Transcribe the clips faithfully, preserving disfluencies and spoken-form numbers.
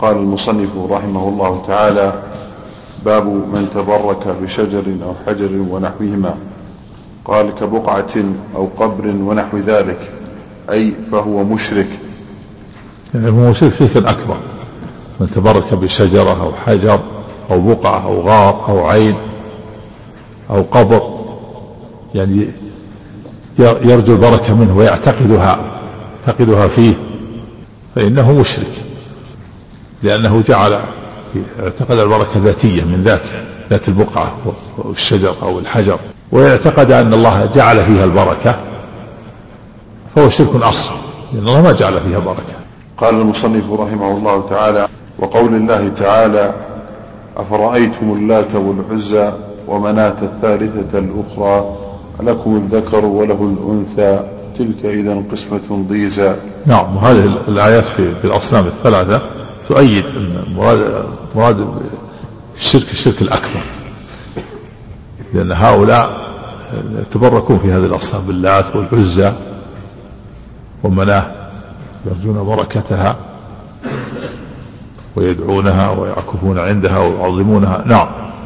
قال المصنف رحمه الله تعالى: باب من تبرك بشجر أو حجر ونحوهما. قال: كبقعة أو قبر ونحو ذلك، أي فهو مشرك. يعني هو مشرك شرك أكبر. من تبرك بشجرة أو حجر أو بقعة أو غار أو عين أو قبر، يعني يرجو البركة منه ويعتقدها يعتقدها فيه، فإنه مشرك، لأنه جعل اعتقد البركة ذاتية من ذات ذات البقعة والشجر أو الحجر، ويعتقد أن الله جعل فيها البركة، فهو شرك أصغر، لأن الله ما جعل فيها بركة. قال المصنف رحمه الله تعالى: وقول الله تعالى: أفرأيتم اللات والعزى ومناة الثالثة الأخرى لكم الذكر وله الأنثى تلك إذا قسمة ضيزى. نعم، وهذه الآيات في الأصنام الثلاثة تؤيد أن مراد مراد الشرك الشرك الأكبر، لأن هؤلاء يتبركون في هذه الأصنام باللات والعزى ومناه، يرجون بركتها ويدعونها ويعكفون عندها ويعظمونها. نعم.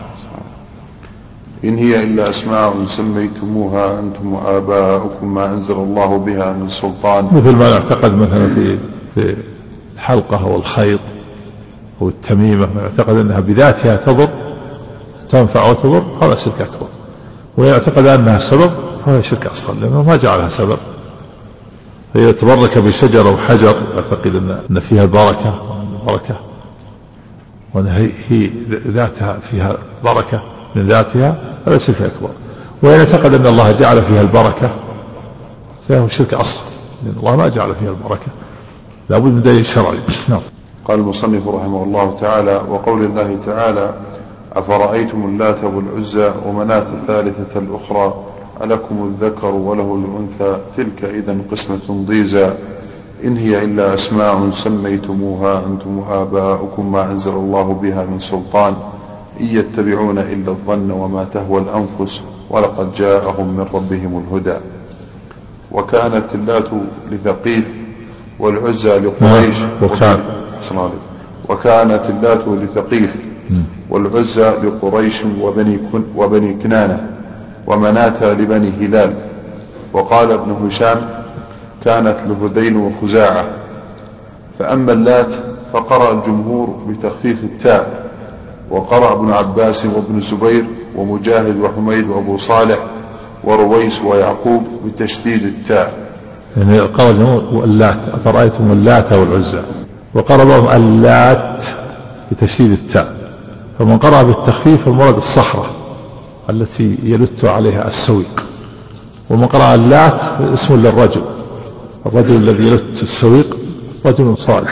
إن هي إلا أسماء سميتموها أنتم وآباؤكم ما أنزل الله بها من سلطان. مثل ما يعتقد مثلا في في الحلقة والخيط والتميمة، ما يعتقد أنها بذاتها تضر تنفع وتضر، هذا شرك أكبر. ويعتقد أنها سبب، فهذا شرك أصغر، لأنه ما جعلها سبب. فإذا تبرك بشجر أو حجر يعتقد أن فيها البركة بركة وأن هي ذاتها فيها بركة من ذاتها، هذا شرك أكبر. ويعتقد أن الله جعل فيها البركة، فهو شرك أصغر، لأن الله ما جعل فيها البركة، لا بد من دليل شرعي. نعم. قال المصنف رحمه الله تعالى: وقول الله تعالى: أفرأيتم اللات والعزى ومناة الثالثة الأخرى ألكم الذكر وله الأنثى تلك إذا قسمة ضيزى. إن هي إلا أسماء سميتموها أنتم وآباؤكم ما أنزل الله بها من سلطان إن يتبعون إلا الظن وما تهوى الأنفس ولقد جاءهم من ربهم الهدى. وكانت اللات لثقيف والعزى لقريش وكان وكانت اللات لثقيف والعزى لقريش وبني, وبني كنانة ومناة لبني هلال. وقال ابن هشام: كانت لهذيل وخزاعة. فأما اللات فقرأ الجمهور بتخفيف التاء، وقرأ ابن عباس وابن الزبير ومجاهد وحميد وأبو صالح ورويس ويعقوب بتشديد التاء. يعني قرأ الجمهور اللات، أفرأيتم اللات والعزى، وقرأ بعضهم اللات بتشديد التاء. فمن قرأ بالتخفيف المراد الصخرة التي يلت عليها السويق، ومن قرأ اللات اسم للرجل، الرجل الذي يلت السويق رجل صالح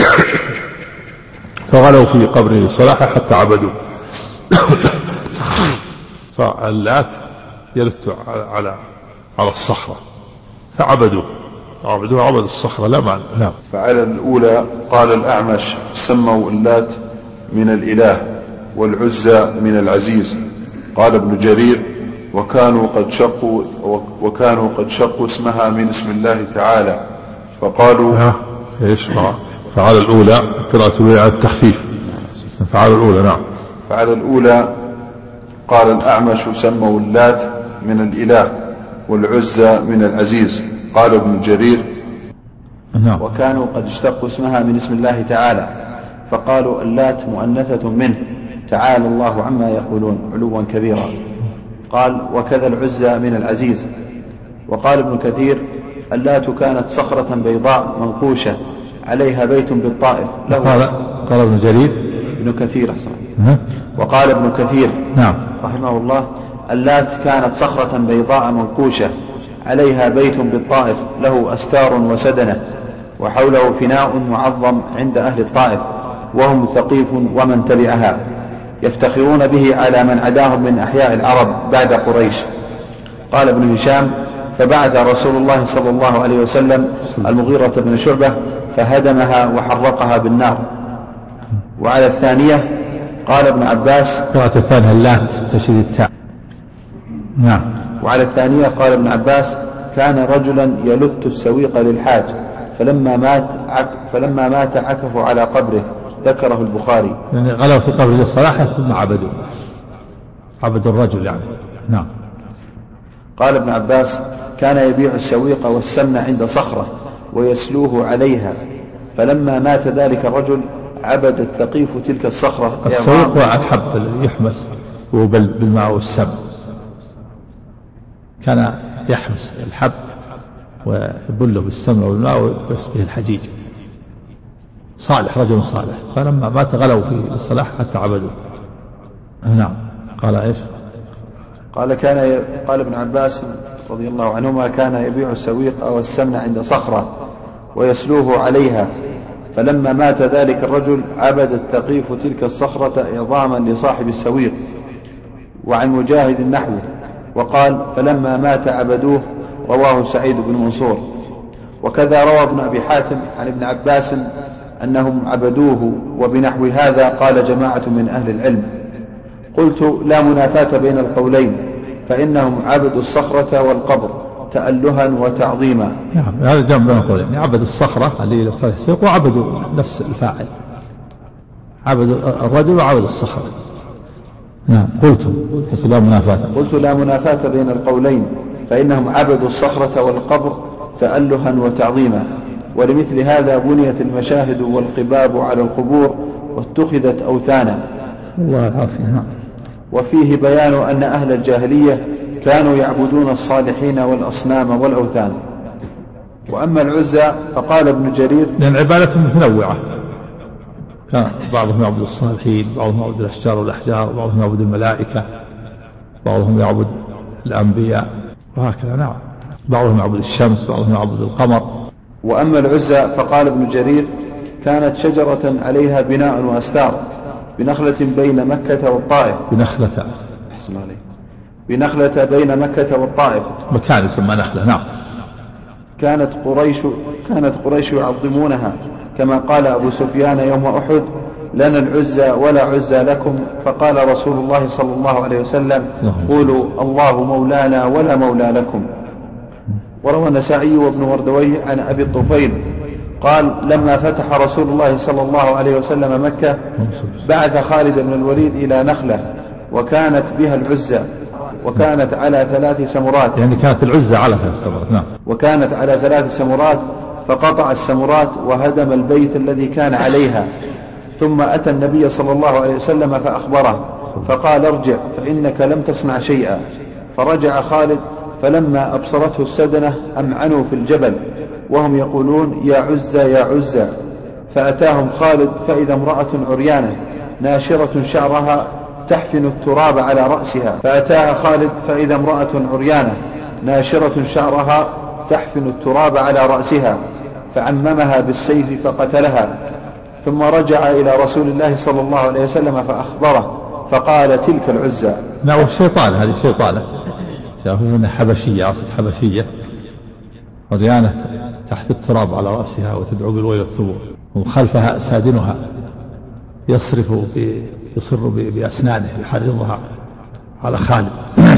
فغلوا في قبره صلاحا حتى عبدوا. فاللات يلت على على الصخرة فعبدوا عبدوا عبدوا الصخرة لا معنى. نعم. فعلى الأولى قال الأعمش: سموا اللات من الإله والعزى من العزيز. قال ابن جرير: وكانوا قد شقوا وكانوا قد شقوا اسمها من اسم الله تعالى فقالوا ايش فعلى الأولى قراءة الأولى على التخفيف. فعلى الأولى. نعم. فعلى الأولى قال الأعمش: سموا اللات من الإله والعزى من العزيز. قال ابن جرير: نعم. وكانوا قد اشتقوا اسمها من اسم الله تعالى فقالوا اللات مؤنثة منه تعالى الله عما يقولون علوا كبيرا. قال: وكذا العزى من العزيز. وقال ابن كثير: اللات كانت صخرة بيضاء منقوشة عليها بيت بالطائف له. قال, قال ابن جرير ابن كثير أحسن. وقال ابن كثير نعم رحمه الله: اللات كانت صخرة بيضاء منقوشة عليها بيت بالطائف له أستار وسدنة وحوله فناء معظم عند أهل الطائف وهم ثقيف ومن تبعها يفتخرون به على من عداهم من أحياء العرب بعد قريش. قال ابن هشام: فبعث رسول الله صلى الله عليه وسلم المغيرة بن شعبة فهدمها وحرقها بالنار. وعلى الثانية قال ابن عباس: قراءة الثانية اللات تشديد التاء. نعم. وعلى الثانية قال ابن عباس: كان رجلا يلت السويق للحاج فلما مات عك فلما مات عكفوا على قبره ذكره البخاري. يعني غلوا في قبر الصلاح ثم عبدوا عبد الرجل يعني. نعم. قال ابن عباس: كان يبيع السويق والسمن عند صخرة ويسلوه عليها، فلما مات ذلك الرجل عبد الثقيف تلك الصخرة. السويق هو الحب الذي يحمس بالماء والسمن، كان يحمس الحب ويبله بالسمن والماء ويسقيه الحجيج. صالح، رجل صالح، فلما مات غلوا في الصلاح حتى عبدوا. نعم. قال ايش؟ قال كان ي... قال ابن عباس رضي الله عنهما: كان يبيع السويق والسمن عند صخرة ويسلوه عليها، فلما مات ذلك الرجل عبد الثقيف تلك الصخرة عظاما لصاحب السويق. وعن مجاهد نحوه، وقال: فلما مات عبدوه. رواه سعيد بن منصور. وكذا روى ابن أبي حاتم عن ابن عباس أنهم عبدوه، وبنحو هذا قال جماعة من أهل العلم. قلت: لا منافاة بين القولين، فإنهم عبدوا الصخرة والقبر تألها وتعظيما. نعم، هذا جمع بين القولين، عبدوا الصخرة اللي تسيق وعبدوا نفس الفاعل، عبدوا الرجل وعبدوا الصخرة. نعم. قلت لا منافاة قلت لا منافاة بين القولين، فإنهم عبدوا الصخرة والقبر تألها وتعظيما. ولمثل هذا بنيت المشاهد والقباب على القبور واتخذت أوثانا. الله العافية. وفيه بيان أن أهل الجاهلية كانوا يعبدون الصالحين والأصنام والأوثان. وأما العزى فقال ابن جرير: لأن عبادة متنوعة، كان بعضهم يعبد الصالحين، بعضهم يعبد الأشجار والأحجار، بعضهم يعبد الملائكة، بعضهم يعبد الأنبياء، وهكذا. نعم. بعضهم يعبد الشمس، بعضهم يعبد القمر. وأما العزى فقال ابن جرير: كانت شجرة عليها بناء وأستار بنخلة بين مكة والطائف. بنخلة أحسن عليك. بنخلة بين مكة والطائف، مكان يسمى نخلة. نعم. كانت قريش كانت قريش يعظمونها، كما قال أبو سفيان يوم أحد: لنا العزى ولا عزى لكم. فقال رسول الله صلى الله عليه وسلم: قولوا الله مولانا ولا مولى لكم. وروى النسائي وابن مردويه عن أبي الطفيل قال: لما فتح رسول الله صلى الله عليه وسلم مكة بعث خالد بن الوليد إلى نخلة وكانت بها العزى، وكانت على ثلاث سمرات. يعني كانت العزى على ثلاث سمرات. نعم. وكانت على ثلاث سمرات، فقطع السمرات وهدم البيت الذي كان عليها. ثم أتى النبي صلى الله عليه وسلم فأخبره، فقال: ارجع فإنك لم تصنع شيئا. فرجع خالد، فلما أبصرته السدنة أمعنوا في الجبل وهم يقولون: يا عزى يا عزى. فأتاهم خالد فإذا امرأة عريانة ناشرة شعرها تحفن التراب على رأسها. فأتاها خالد فإذا امرأة عريانة ناشرة شعرها تحفن التراب على رأسها، فعممها بالسيف فقتلها. ثم رجع إلى رسول الله صلى الله عليه وسلم فأخبره، فقال: تلك العزى. نعم. الشيطان، هذه الشيطانة شافوا حبشية، أصل حبشية عريانة تحت التراب على رأسها وتدعو بالويل والثبور، وخلفها سادنها يصرف يصر بأسنانه يحرضها على خالد.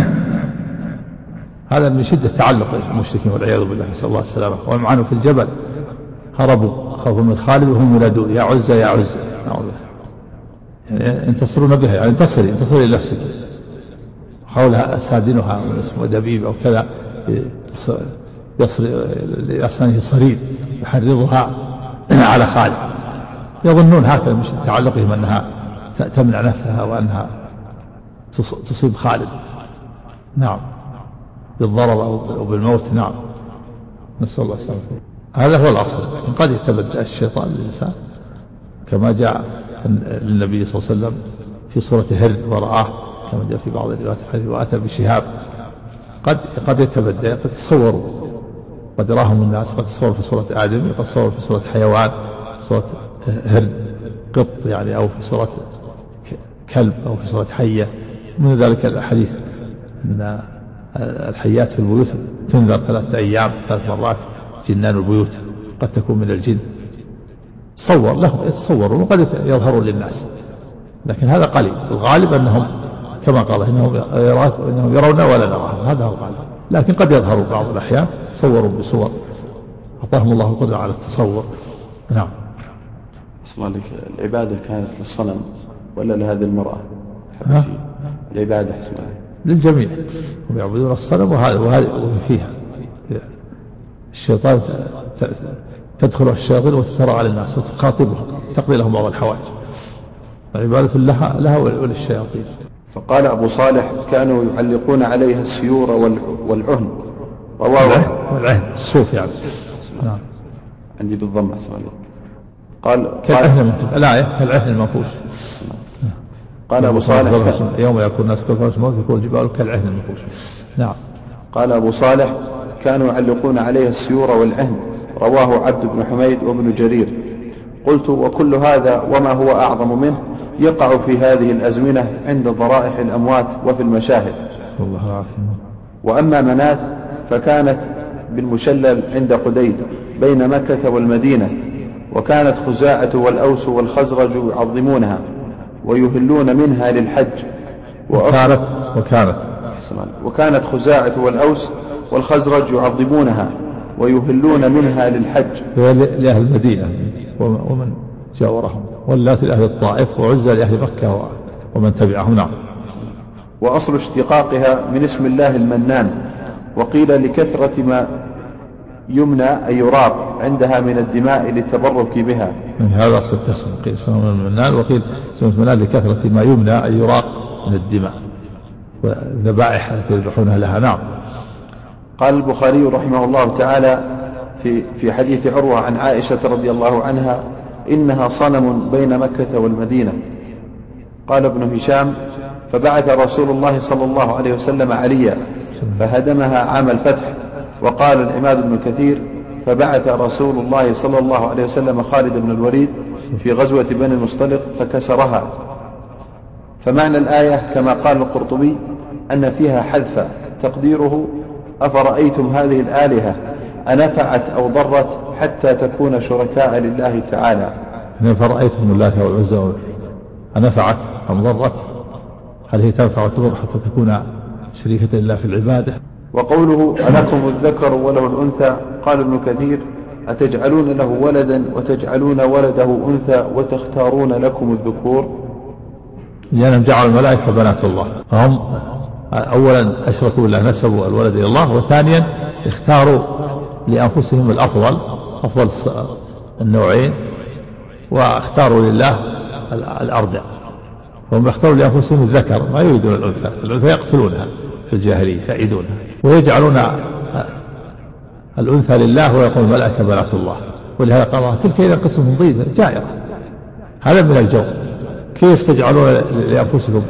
هذا من شدة تعلق المشركين والعياذ بالله، نسأل الله السلامة. وامعنوا في الجبل هربوا خوفا من خالد وهم ينادون: يا عزى يا عزى. يعني ينتصرون بها، يعني انتصري انتصري لنفسك. حولها سادنها ودبيب أو كذا يصر لأسنانه صرير يحرضها على خالد. يظنون هكذا من شدة تعلقهم أنها تمنع نفسها وأنها تصيب خالد. نعم. بالضرر أو بالموت. نعم. نسأل الله السلامة. هذا هو الأصل. قد يتبدأ الشيطان للإنسان كما جاء للنبي صلى الله عليه وسلم في صورة هر ورآه، كما جاء في بعض الروايات الحديث: وأتى بشهاب. قد قد يتبدأ، قد تصوروا، قد يراهم الناس، قد تصور في صورة آدم، قد تصور في صورة حيوان، صورة هر قط يعني، أو في صورة كلب، أو في صورة حية. من ذلك الحديث أن الحيات في البيوت تنذر ثلاثة أيام ثلاث مرات، جنان البيوت قد تكون من الجن. تصور له يتصورون وقد يظهرون للناس، لكن هذا قليل. الغالب أنهم كما قال إنهم إنهم يرون ولا نراهم، هذا هو الغالب. لكن قد يظهروا بعض الأحيان تصوروا بصور، أعطاهم الله القدرة على التصور. نعم. اسمع لك، العبادة كانت للصنم ولا لهذه المرأة؟ العبادة اسمع للجميع، هم يعبدون الصنم وهذا وهذا فيها الشيطان تدخل الشياطين وتترى على الناس وتخاطبهم تقضي لهم بعض الحوائج، عبادة لها لها وللشياطين. فقال أبو صالح كانوا يعلقون عليها السيور والعهن. رواه والعهن الصوف يعني. نعم. عندي بالضم أحسن عليك. قال كالعهن الآية كالعهن المنفوش. قال أبو صالح يوم يكون الناس كالفرش موت يكون الجبال كالعهن المنفوش. نعم. قال أبو صالح كانوا يعلقون عليها السيور والعهن. رواه عبد بن حميد وابن جرير. قلت وكل هذا وما هو أعظم منه يقع في هذه الأزمنة عند ضرائح الأموات وفي المشاهد. الله عافية. وأما مناث فكانت بالمشلل عند قديد بين مكة والمدينة، وكانت خزاعة والأوس والخزرج يعظمونها ويهلون منها للحج. وكانت وكانت وكانت خزاعة والأوس والخزرج يعظمونها ويهلون منها للحج لأهل المدينة ومن جاورهم، واللات لأهل الطائف، وعزى لأهل مكة ومن تبعهم. نعم. وأصل اشتقاقها من اسم الله المنان، وقيل لكثرة ما يمنى أي يراق عندها من الدماء للتبرك بها. من هذا أصل التسمية، قيل اسمه المنان، وقيل اسمه المنان لكثرة ما يمنى أي يراق من الدماء والذبائح التي يذبحونها لها. نعم. قال البخاري رحمه الله تعالى في في حديث عروة عن عائشة رضي الله عنها إنها صنم بين مكة والمدينة. قال ابن هشام فبعث رسول الله صلى الله عليه وسلم عليا فهدمها عام الفتح. وقال العماد بن كثير فبعث رسول الله صلى الله عليه وسلم خالد بن الوليد في غزوة بني المصطلق فكسرها. فمعنى الآية كما قال القرطبي أن فيها حذف تقديره أفرأيتم هذه الآلهة أنفعت أو ضرت حتى تكون شركاء لله تعالى. فرأيتم اللات والعزى أنفعت أم ضرت، هل هي تنفع وتضر حتى تكون شريكة لله في العبادة؟ وقوله ألكم الذكر وله الأنثى قال ابن كثير أتجعلون له ولدا وتجعلون ولده أنثى وتختارون لكم الذكور، لأنهم جعلوا الملائكة بنات الله، فهم أولا أشركوا بالله نسبوا الولد إلى الله، وثانيا اختاروا لأنفسهم الأفضل أفضل النوعين واختاروا لله الأردع، وهم يختاروا لأنفسهم الذكر ما يريدون الأنثى، الأنثى يقتلونها في الجاهلية يعيدونها، ويجعلون الأنثى لله ويقول الملائكة بنات الله. ولهذا قال الله تلك إذا قسم ضيزة جائرة، هذا من الجو. كيف تجعلون لأنفسكم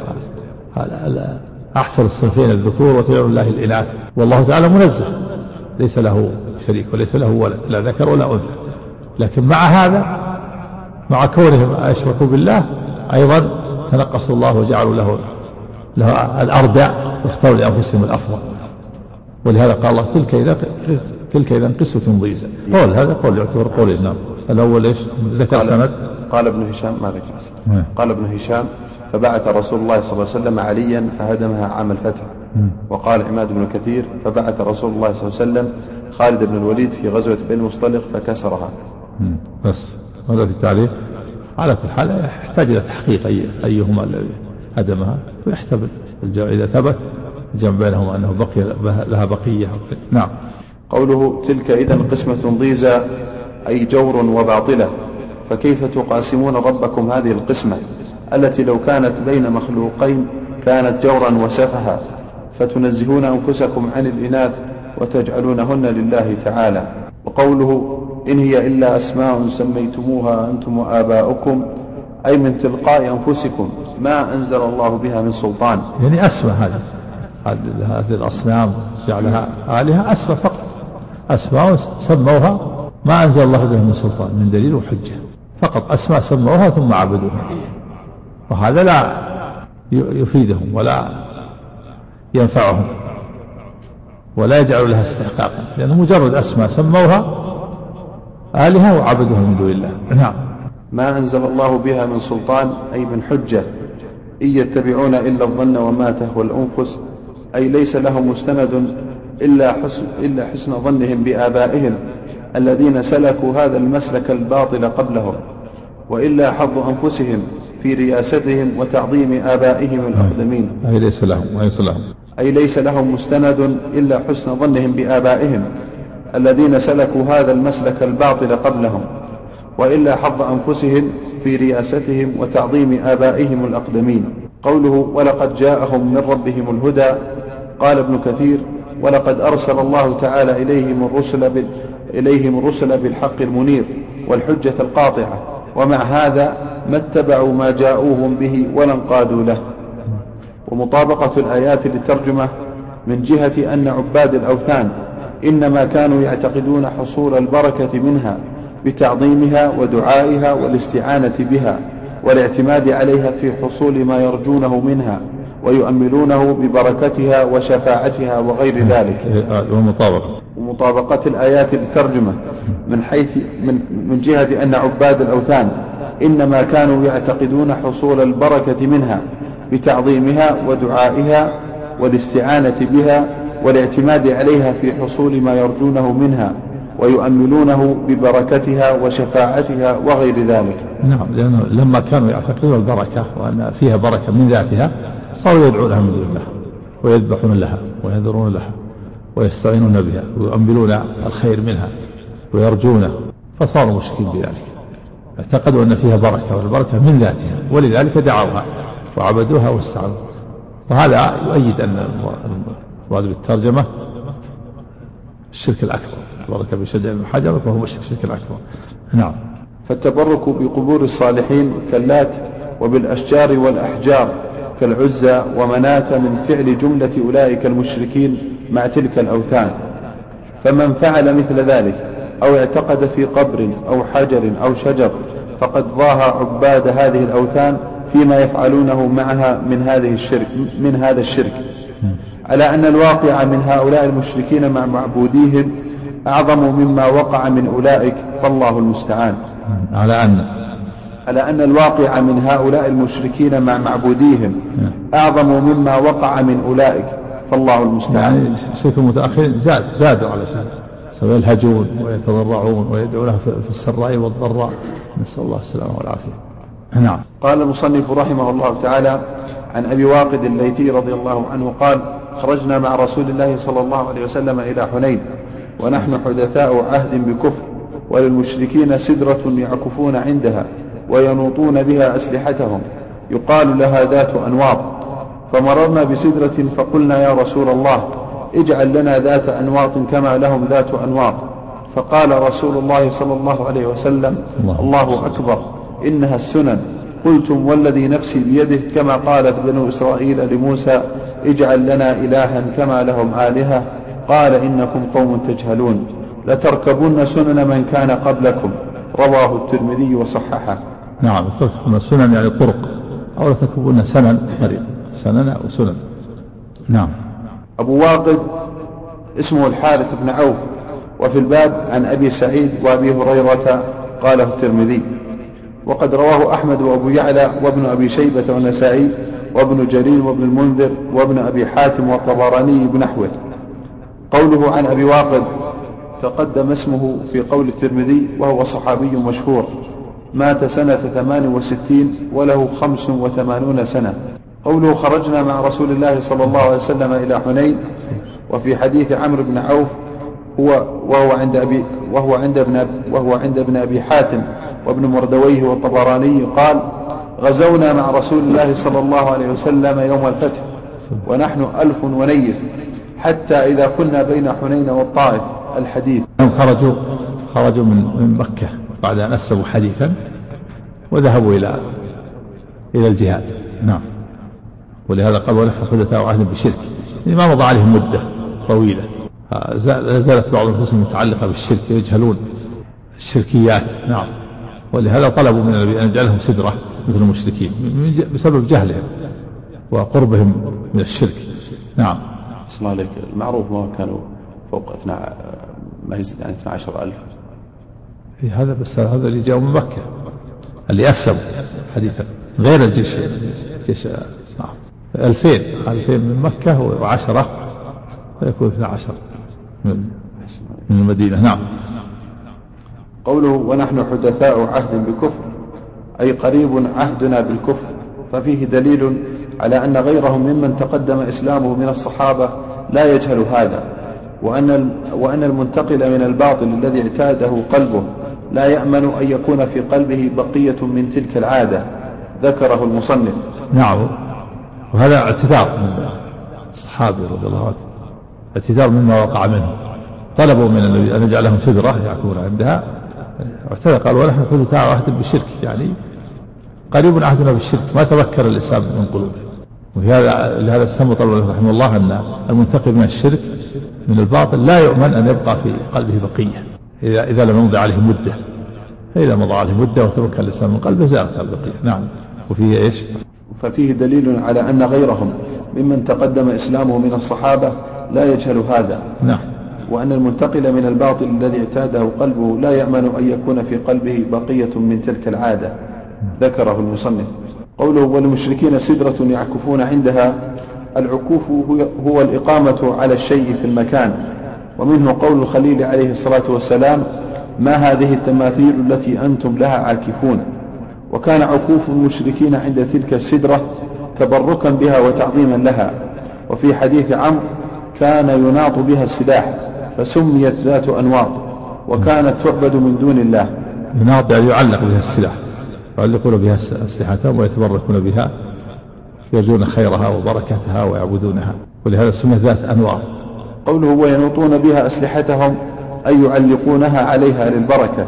أحسن الصنفين الذكور وتجعلون الله الإناث، والله تعالى منزه ليس له شريك وليس له ولد لا ذكر ولا أنثى. لكن مع هذا مع كونهم أشركوا بالله أيضا تنقصوا الله وجعلوا له, له الأردع واختاروا لأنفسهم الأفضل. ولهذا قال الله تلك إذا تلك إذا قسوة ضيزى. قول هذا قول يعتبر قول النار. الأول إيش ذكر سند؟ قال ابن هشام ما ذكر قال ابن هشام فبعث رسول الله صلى الله عليه وسلم عليا فهدمها عام الفتح. وقال عماد بن كثير فبعث رسول الله صلى الله عليه وسلم خالد بن الوليد في غزوة بني المصطلق فكسرها. بس هذا في التعليق. على كل حال يحتاج إلى تحقيق أي أيهما الذي هدمها ويحتمل إذا ثبت جمع بينهما أنه بقي لها بقية. نعم. قوله تلك إذن قسمة ضيزى أي جور وباطلة، فكيف تقاسمون ربكم هذه القسمة التي لو كانت بين مخلوقين كانت جورا وسفها، فتنزهون أنفسكم عن الإناث وتجعلونهن لله تعالى. وقوله إن هي إلا أسماء سميتموها أنتم وآباؤكم أي من تلقاء أنفسكم ما أنزل الله بها من سلطان. يعني أسماء هذه هذه الأصنام جعلها آلهة أسماء فقط، أسماء سموها ما أنزل الله بها من سلطان من دليل وحجة، فقط أسماء سموها ثم عبدوها، وهذا لا يفيدهم ولا ينفعهم ولا يجعل لها استحقاقا، لأنه مجرد أسماء سموها آلهة وعبدوها من دون الله. نعم. ما أنزل الله بها من سلطان أي من حجة، إن يتبعون إلا الظن وما تهوى الأنفس، أي ليس لهم مستند إلا حسن, إلا حسن ظنهم بآبائهم الذين سلكوا هذا المسلك الباطل قبلهم، وإلا حظ أنفسهم في رياستهم وتعظيم آبائهم الأقدمين. أي ليس لهم ليس لهم أي ليس لهم مستند إلا حسن ظنهم بآبائهم الذين سلكوا هذا المسلك الباطل قبلهم، وإلا حظ أنفسهم في رياستهم وتعظيم آبائهم الأقدمين. قوله ولقد جاءهم من ربهم الهدى، قال ابن كثير ولقد أرسل الله تعالى إليهم الرسل, بال... إليهم الرسل بالحق المنير والحجة القاطعة، ومع هذا ما اتبعوا ما جاءوهم به ولا انقادوا له. ومطابقة الآيات للترجمة من جهة أن عباد الأوثان إنما كانوا يعتقدون حصول البركة منها بتعظيمها ودعائها والاستعانة بها والاعتماد عليها في حصول ما يرجونه منها ويؤملونه ببركتها وشفاعتها وغير ذلك. ومطابقة ومطابقة الآيات للترجمة من حيث من, من جهة أن عباد الأوثان إنما كانوا يعتقدون حصول البركة منها بتعظيمها ودعائها والاستعانة بها والاعتماد عليها في حصول ما يرجونه منها ويؤملونه ببركتها وشفاعتها وغير ذلك. نعم، لأنه لما كانوا يعتقدون البركة وأن فيها بركة من ذاتها صاروا يدعونها من دون الله ويذبحون لها وينذرون لها ويستعينون بها ويؤملون الخير منها ويرجونه، فصاروا مشركين بذلك. اعتقدوا أن فيها بركة والبركة من ذاتها، ولذلك دعوها وعبدوها واستعانوا. وهذا يؤيد أن المراد بالترجمة الشرك الأكبر، البركة بشجع من حجر فهو الشرك الأكبر. نعم. فالتبرك بقبور الصالحين كاللات وبالأشجار والأحجار كالعزى ومناة من فعل جملة أولئك المشركين مع تلك الأوثان. فمن فعل مثل ذلك أو اعتقد في قبر أو حجر أو شجر فقد ضاهى عباد هذه الأوثان فيما يفعلونه معها من هذه الشرك من هذا الشرك، على أن الواقع من هؤلاء المشركين مع معبوديهم أعظم مما وقع من أولئك، فالله المستعان. على أن على أن الواقع من هؤلاء المشركين مع معبوديهم أعظم مما وقع من أولئك، فالله المستعان. يعني الشرك المتأخرين زاد زادوا على شيء، يلهجون ويتضرعون ويدعون له في السراء والضراء، نسأل الله السلامة والعافية. نعم. قال المصنف رحمه الله تعالى عن أبي واقد الليثي رضي الله عنه قال: خرجنا مع رسول الله صلى الله عليه وسلم إلى حنين ونحن حدثاء عهد بكفر، وللمشركين سدرة يعكفون عندها وينوطون بها أسلحتهم يقال لها ذات أنواط، فمررنا بسدرة فقلنا يا رسول الله اجعل لنا ذات أنواط كما لهم ذات أنواط، فقال رسول الله صلى الله عليه وسلم: الله, الله أكبر، إنها السنن. قلتم والذي نفسي بيده كما قالت بنو إسرائيل لموسى اجعل لنا إلها كما لهم آلهة، قال إنكم قوم تجهلون، لتركبن سنن من كان قبلكم، رواه الترمذي وصححه. نعم، تركبن سنن يعني طرق، أو لتركبن سنن طريق، سنن أو سنن. نعم. أبو واقد اسمه الحارث بن عوف، وفي الباب عن أبي سعيد وأبي هريرة قاله الترمذي، وقد رواه أحمد وأبو يعلى وابن أبي شيبة والنسائي وابن جرير وابن المنذر وابن أبي حاتم والطبراني بنحوه. قوله عن أبي واقد تقدم اسمه في قول الترمذي، وهو صحابي مشهور مات سنة ثمان وستين وله خمس وثمانون سنة. قوله خرجنا مع رسول الله صلى الله عليه وسلم إلى حنين، وفي حديث عمرو بن عوف هو وهو عند أبي وهو عند ابن وهو عند ابن أبي حاتم وابن مردويه والطبراني قال: غزونا مع رسول الله صلى الله عليه وسلم يوم الفتح ونحن ألف ونيف، حتى إذا كنا بين حنين والطائف. الحديث. خرجوا خرجوا من من مكة بعد أن أسلموا حديثا وذهبوا إلى إلى الجهاد. نعم. ولهذا قال ونحن حدثاء عهد بشرك، ما مضى عليهم مدة طويلة، زالت بعض النفوس متعلقة بالشرك يجهلون الشركيات. نعم. ولهذا طلبوا من النبي أن يجعلهم سدرة مثل المشركين بسبب جهلهم وقربهم من الشرك. نعم. بسم الله عليك. المعروف ما كانوا فوق اثنا ما يزيد عن اثنا عشر ألف. في هذا بس هذا اللي جاءوا من مكة اللي أسلموا حديثا غير الجيش جيش. نعم. ألفين ألفين من مكة وعشرة فيكون اثنا عشر من المدينة. نعم. قوله ونحن حدثاء عهد بكفر أي قريب عهدنا بالكفر، ففيه دليل على أن غيرهم ممن تقدم إسلامه من الصحابة لا يجهل هذا، وأن وأن المنتقل من الباطل الذي اعتاده قلبه لا يأمن أن يكون في قلبه بقية من تلك العادة، ذكره المصنف. نعم، وهذا اعتذار من الصحابة رضي الله عنهم، اعتذار مما وقع منهم، طلبوا من النبي أن يجعلهم سدرة يعكفون عندها، اعتذر قال ونحن حدثاء عهد بالشرك، يعني قريب عهدنا بالشرك، ما تذكر الإسلام من قلوبه. وهذا لهذا استنبط رحمه الله أن المنتقل من الشرك من الباطل لا يؤمن أن يبقى في قلبه بقية إذا إذا لم يمضي عليه مدة، فإذا مضى عليه مدة وتمكن الإسلام من قلبه زالت البقية. نعم. وفيه إيش؟ ففيه دليل على أن غيرهم ممن تقدم إسلامه من الصحابة لا يجهل هذا. نعم. وأن المنتقل من الباطل الذي اعتاده قلبه لا يأمن أن يكون في قلبه بقية من تلك العادة، ذكره المصنف. قوله والمشركين سدرة يعكفون عندها، العكوف هو الإقامة على الشيء في المكان، ومنه قول الخليل عليه الصلاة والسلام ما هذه التماثيل التي أنتم لها عاكفون. وكان عكوف المشركين عند تلك السدرة تبركا بها وتعظيما لها. وفي حديث عمرو كان يناط بها السلاح فسميت ذات أنواط، وكانت تعبد من دون الله. يناط يعني يعلق بها السلاح، يعلقون بها أسلحتهم ويتبركون بها، يرجون خيرها وبركتها ويعبدونها، ولهذا سميت ذات أنواط. قوله وينوطون بها أسلحتهم أي يعلقونها عليها للبركة.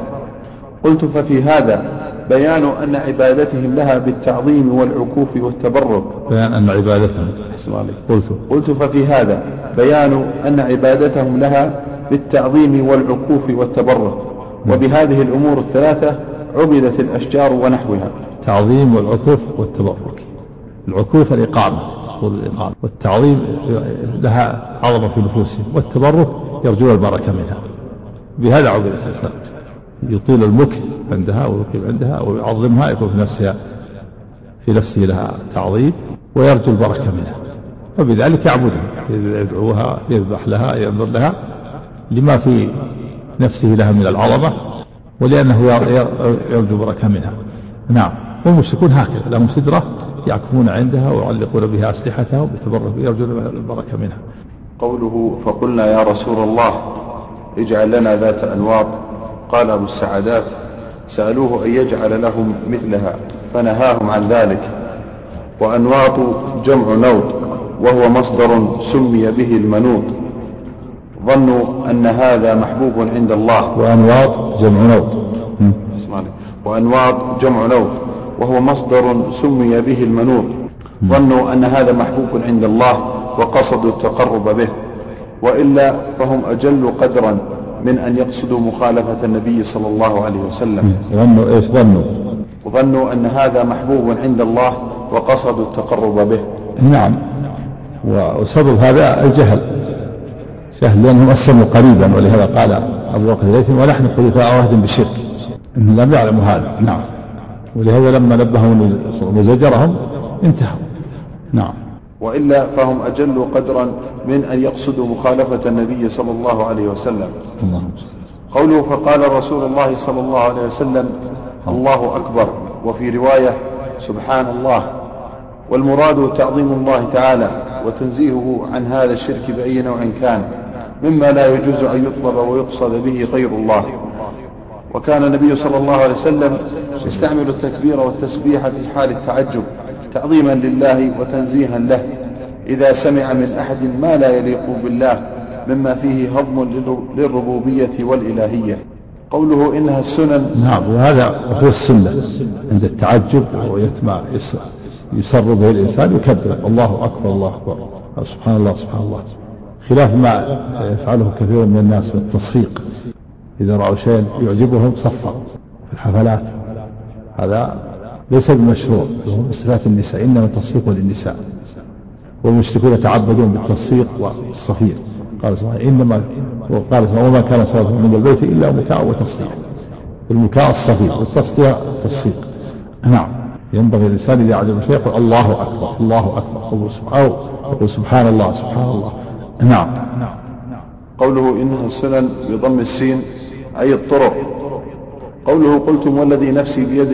قلت ففي هذا بيان أن عبادتهم لها بالتعظيم والعكوف والتبرك. بيان أن عبادتهم قلت قلت ففي هذا بيان أن عبادتهم لها بالتعظيم والعكوف والتبرك، وبهذه الأمور الثلاثة عبدت الأشجار ونحوها. تعظيم والعكوف والتبرك. العكوف الإقامة، طول الإقامة، والتعظيم لها عظمة في نفوسهم، والتبرك يرجون البركة منها. بهذا عبدت الفرق، يطيل المكث عندها ويقيم عندها ويعظمها، يكون في نفسها في نفسه لها تعظيم ويرجو البركة منها، وبذلك يعبدها، يدعوها، يذبح لها، ينظر لها لما في نفسه لها من العظمة، ولأنه يرجو بركة منها. نعم. والمشركون هكذا لهم سدرة يعكفون عندها ويعلقون بها أسلحتهم ويتبركون ويرجون البركة منها. قوله فقلنا يا رسول الله اجعل لنا ذات أنواط، قال أبو السعدات سألوه أن يجعل لهم مثلها فنهاهم عن ذلك. وأنواط جمع نوط، وهو مصدر سمي به المنوط، ظنوا أن هذا محبوب عند الله. وأنواط جمع نوط. وأنواط جمع نوط وهو مصدر سمي به المنوط، ظنوا أن هذا محبوب عند الله وقصدوا التقرب به، وإلا فهم أجل قدرا من أن يقصدوا مخالفة النبي صلى الله عليه وسلم. ظنوا إيش؟ ظنوا وظنوا أن هذا محبوب عند الله وقصدوا التقرب به. نعم. وسبب هذا الجهل، جهل لأنهم أسلموا قريبا، ولهذا قال أبو بكر الليثي ونحن حدثاء عهد بالشرك، إنهم لم يعلموا هذا. نعم. ولهذا لما نبههم وزجرهم انتهوا. نعم. وإلا فهم أجل قدرا من أن يقصدوا مخالفة النبي صلى الله عليه وسلم. الله. قوله فقال رسول الله صلى الله عليه وسلم الله أكبر، وفي رواية سبحان الله. والمراد تعظيم الله تعالى وتنزيهه عن هذا الشرك بأي نوع كان، مما لا يجوز أن يطلب ويقصد به غير الله. وكان النبي صلى الله عليه وسلم يستعمل التكبير والتسبيح في حال التعجب تعظيما لله وتنزيها له إذا سمع من أحد ما لا يليق بالله مما فيه هضم للربوبية والإلهية. قوله إنها السنن. نعم. وهذا هو السنة عند التعجب ويتمع يسر به الإنسان يكبر الله أكبر الله أكبر سبحان الله سبحان الله، خلاف ما يفعله كثير من الناس من التصفيق، إذا رأوا شيئا يعجبهم صفقوا في الحفلات، هذا ليس بمشروع، هو من صفات النساء، إنما التصفيق للنساء، والمشركون يتعبدون بالتصفيق والصفير. قال سبحانه إنما وقال سبحانه وما كان صلاتهم من البيت إلا مكاء وتصديق، والمكاء الصفير والتصديق التصفيق. نعم. ينبغي الإنسان إذا أعجب شيء يقول الله أكبر الله أكبر أو يقول سبحان الله سبحان الله. نعم. قوله إنها السنن بضم السين أي الطرق. قوله قلتم والذي نفسي بيده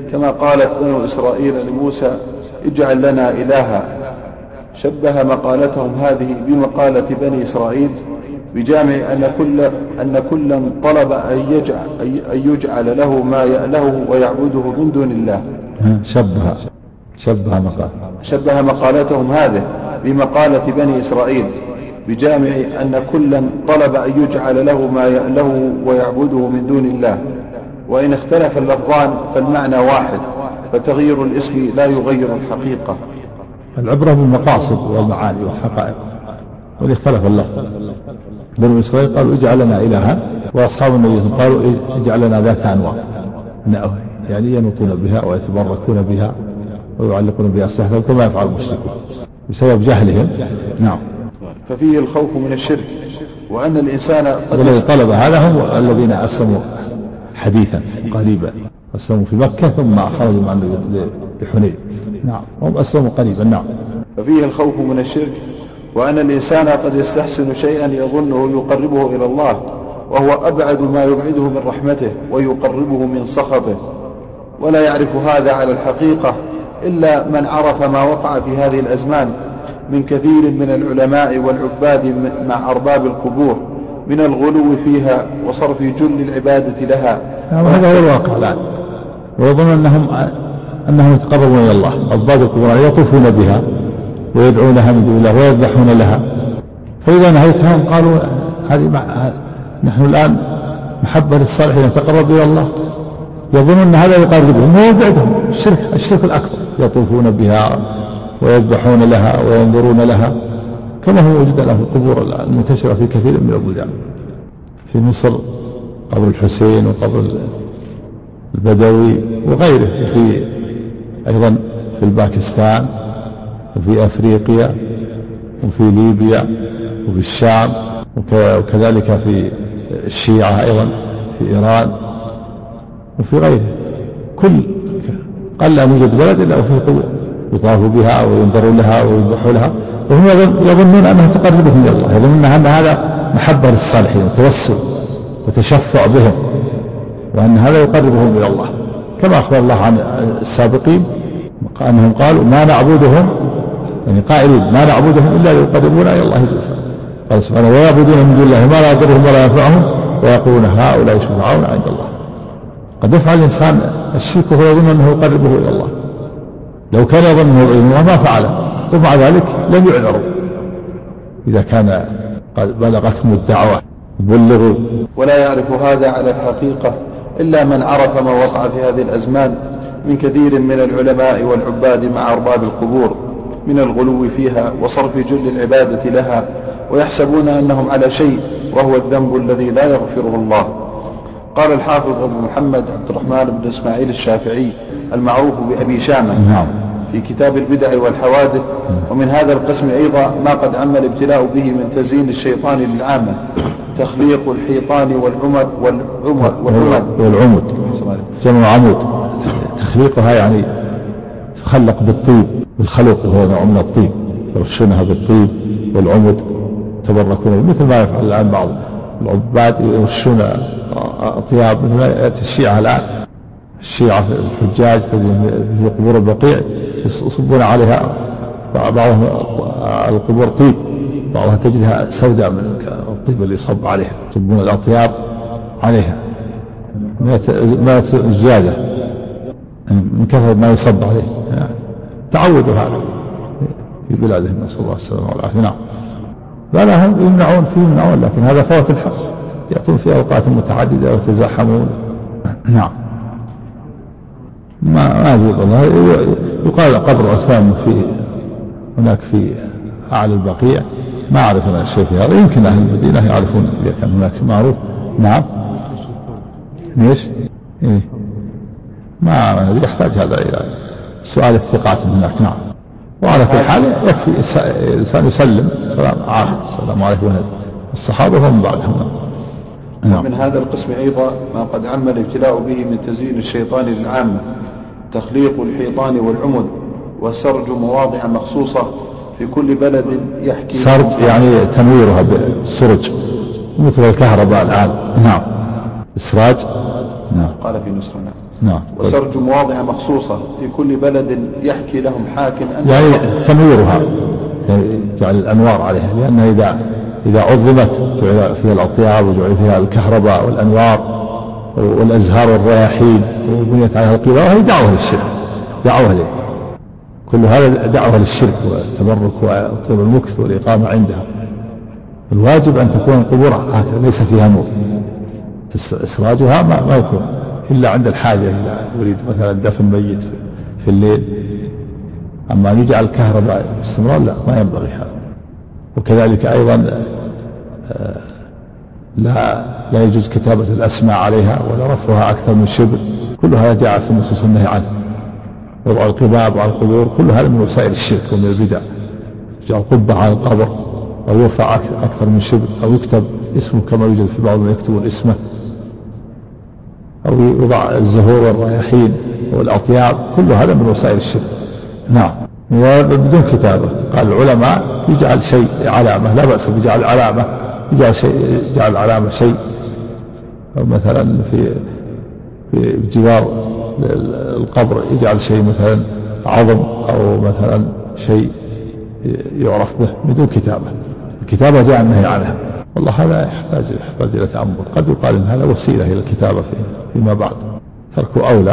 كما قالت بنو إسرائيل لموسى اجعل لنا إلها، شبه مقالتهم هذه بمقالة بني إسرائيل بجامع أن كل أن كلا طلب أن يجعل, أن يجعل له ما يأله ويعبده من دون الله. شبه شبه مقال شبه مقالتهم هذه بمقالة بني إسرائيل بجامع أن كلا طلب أن يجعل له ما يأله ويعبده من دون الله، وإن اختلف اللفظان فالمعنى واحد، فتغيير الاسم لا يغير الحقيقة. العبرة بالمقاصد والمعاني والحقائق، وإن اختلف اللفظ. بنو إسرائيل قالوا اجعل لنا إلها، وأصحاب النبي قالوا اجعل لنا ذات أنواط، يعني ينوطون بها ويتبركون بها ويعلقون بها السحر كما يفعل المشركون بسبب جهلهم. نعم. ففيه الخوف من الشرك، وأن الإنسان الذي طلب هذا هم الذين أسلموا حديثا قريبا، أسلموا في مكة ثم خرجوا مع لحنين. نعم، هم أسلموا قريبا. نعم. ففيه الخوف من الشرك، وأن الإنسان قد يستحسن شيئا يظنه يقربه إلى الله، وهو أبعد ما يبعده من رحمته ويقربه من سخطه، ولا يعرف هذا على الحقيقة إلا من عرف ما وقع في هذه الأزمان من كثير من العلماء والعباد مع أرباب القبور من الغلو فيها وصرف جل العبادة لها. هذا هو الواقع الآن، ويظن أنهم أنهم يتقربون إلى الله. أرباب القبور يطوفون بها ويدعونها من دون الله ويذبحون لها، فإذا نهيتهم قالوا هذه نحن الآن محبة للصالحين نتقرب إلى الله، يظنون أن هذا يقربهم ويبعدهم. الشرك الشرك الأكبر، يطوفون بها ويذبحون لها وينظرون لها، كما هو وجد لها في القبور المنتشرة في كثير من البلدان. في مصر قبر الحسين وقبر البدوي وغيره، وفي أيضا في الباكستان وفي أفريقيا وفي ليبيا وفي الشام، وكذلك في الشيعة أيضا في إيران وفي غيره. كل قل أن يوجد بلد إلا وفيه قبور يطاف بها وينظروا لها ويذبحوا لها، وهم يظنون أنها تقربهم إلى الله، يظنون أن هذا محبة للصالحين وتوسل وتشفع بهم، وأن هذا يقربهم إلى الله، كما أخبر الله عن السابقين أنهم قالوا ما نعبدهم، يعني قائلين ما نعبدهم إلا ليقربونا إلى الله زلفى. قال سبحانه ويعبدون من دون الله ما لا يضرهم ولا ينفعهم ويقولون هؤلاء شفعاؤنا عند الله. قد يفعل الإنسان الشرك وهو يظن أنه يقربه إلى الله، لو كان يظن أنه يقربه الله ما فعله، ومع ذلك لم يعذروا إذا كان قد بلغتهم الدعوة بلغوا. ولا يعرف هذا على الحقيقة إلا من عرف ما وقع في هذه الأزمان من كثير من العلماء والعباد مع أرباب القبور من الغلو فيها وصرف جل العبادة لها، ويحسبون أنهم على شيء وهو الذنب الذي لا يغفره الله. قال الحافظ أبو محمد عبد الرحمن بن إسماعيل الشافعي المعروف بأبي شامة في كتاب البدع والحوادث: ومن هذا القسم أيضا ما قد عم الابتلاء به من تزيين الشيطان للعامة، تخليق الحيطان والعمد والعمد والعمد والعمد جمع عمود، تخليقها يعني تخلق بالطيب، بالخلق وهو نوع من الطيب، يرشونها بالطيب والعمد تبركون، مثل ما يفعل الآن بعض العباد يرشون أطياب، مثل ما يأتي الشيعة الآن، الشيعة في الحجاج في قبور البقيع يصبون عليها بعضهم القبور طيب، بعضها تجدها سوداء من الطيب اللي يصب عليها، يصبون الأطياب عليها ما زيادة من كثرة ما يصب عليه، يعني تعودوا هذا في بلادهم، نسأل الله السلامة والعافية. نعم، فلا هم يمنعون فيه يمنعون، لكن هذا فوت الحص، يأتون في أوقات متعددة ويتزاحمون. نعم، ما ما أدري والله، يقال قبر عثمان في هناك في أعلى البقيع، ما أعرف أنا الشيء في هذا، يمكن أهل المدينة يعرفون إذا كان هناك معروف. نعم، ليش؟ إيه؟ ما يحتاج هذا إلى سؤال الثقات هناك. نعم، وعلى كل حال يكفي الإنسان يسلم سلام عام السلام عليكم الصحابة ومن بعدهم. نعم. ومن هذا القسم أيضا ما قد عم الابتلاء به من تزيين الشيطان للعامة، تخليق الحيطان والعمد وسرج مواضع مخصوصة في كل بلد يحكي. سرج يعني تنويرها بالسرج مثل الكهرباء الآن. نعم، إسراج. نعم. قال في نسخة. نعم. وسرج مواضع مخصوصة في كل بلد يحكي لهم حاكم أن يعني تنويرها، جعل الأنوار عليها، لأنها إذا إذا عظمت جعل فيها الأطياب وجعل فيها الكهرباء والأنوار والأزهار والرياحين وبنيت عليها القباب، وهي دعوة للشرك، دعوة له، كل هذا دعوة للشرك والتبرك وطول المكث والإقامة عندها. الواجب أن تكون القبور هكذا ليس فيها نور، إسراجها ما, ما يكون إلا عند الحاجة، إذا يريد مثلا دفن ميت في الليل. أما أن يجعل الكهرباء باستمرار لا، ما ينبغي هذا. وكذلك أيضا لا لا يجوز كتابة الأسماء عليها ولا رفعها أكثر من شبر، كل هذا جاء في النصوص النهي عنه. وضع القباب على القبور كل هذا من وسائل الشرك ومن البدع. جعل قبة على القبر أو يرفع أكثر من شبر أو يكتب اسمه كما يوجد في بعض من يكتبون اسمه، أو يوضع الزهور والرياحين والأطياب، كل هذا من وسائل الشرك. نعم. بدون كتابة قال العلماء يجعل شيء علامة، لا بأس بجعل علامة، يجعل شيء، يجعل علامة شيء، أو مثلا في في جوار القبر يجعل شيء مثلا عظم أو مثلا شيء يعرف به بدون كتابة. الكتابة جاء النهي عنها، والله هذا يحتاج يحتاج إلى تأمل. قد يقال إن هذا وسيلة إلى الكتابة فيما بعد، تركه أولى،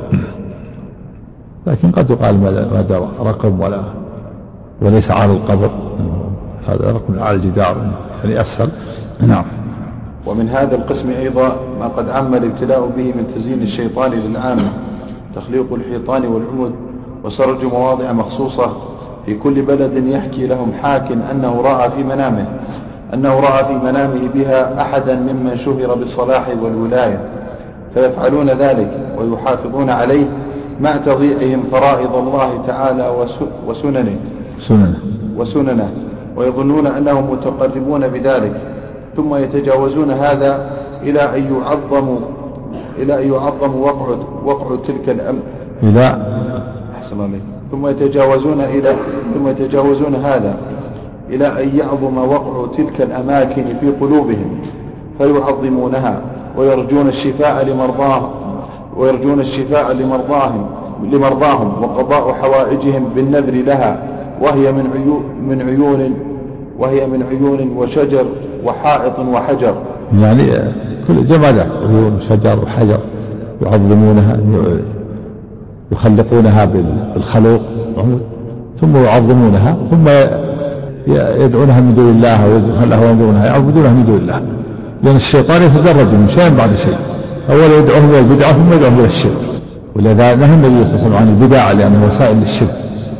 لكن قد يقال ما دار رقم ولا وليس على القبر، هذا رقم على الجدار يعني أسهل. نعم. ومن هذا القسم أيضا ما قد عم الابتلاء به من تزيين الشيطان للعامة، تخليق الحيطان والعمد وسرج مواضع مخصوصة في كل بلد يحكي لهم حاكم أنه رأى في منامه أنه رأى في منامه بها أحدا ممن شهر بالصلاح والولاية، فيفعلون ذلك ويحافظون عليه مع تضييعهم فرائض الله تعالى وسننه سننه وسننه ويظنون أنهم متقربون بذلك، ثم يتجاوزون هذا إلى أن يعظموا إلى أن يعظموا وقع وقع تلك الأم إلى أحسن عليك ثم يتجاوزون إلى ثم يتجاوزون هذا إلى أن يعظم وقع تلك الأماكن في قلوبهم فيعظمونها ويرجون الشفاء لمرضاهم ويرجون الشفاء لمرضاهم لمرضاهم وقضاء حوائجهم بالنذر لها، وهي من عيون من عيون وهي من عيون وشجر وحائط وحجر، يعني كل جمادات، عيون وشجر وحجر، يعظمونها يخلقونها بالخلوق ثم يعظمونها ثم يدعونها من دون الله ويدعونها يعبدونها من دون الله، لأن الشيطان يتدرج من شيء بعد شيء، أولا يدعوهم إلى البدعة ثم يدعوهم إلى الشرك، ولذا نهى النبي صلى الله عليه وسلم عن البدع لأنه وسائل للشرك،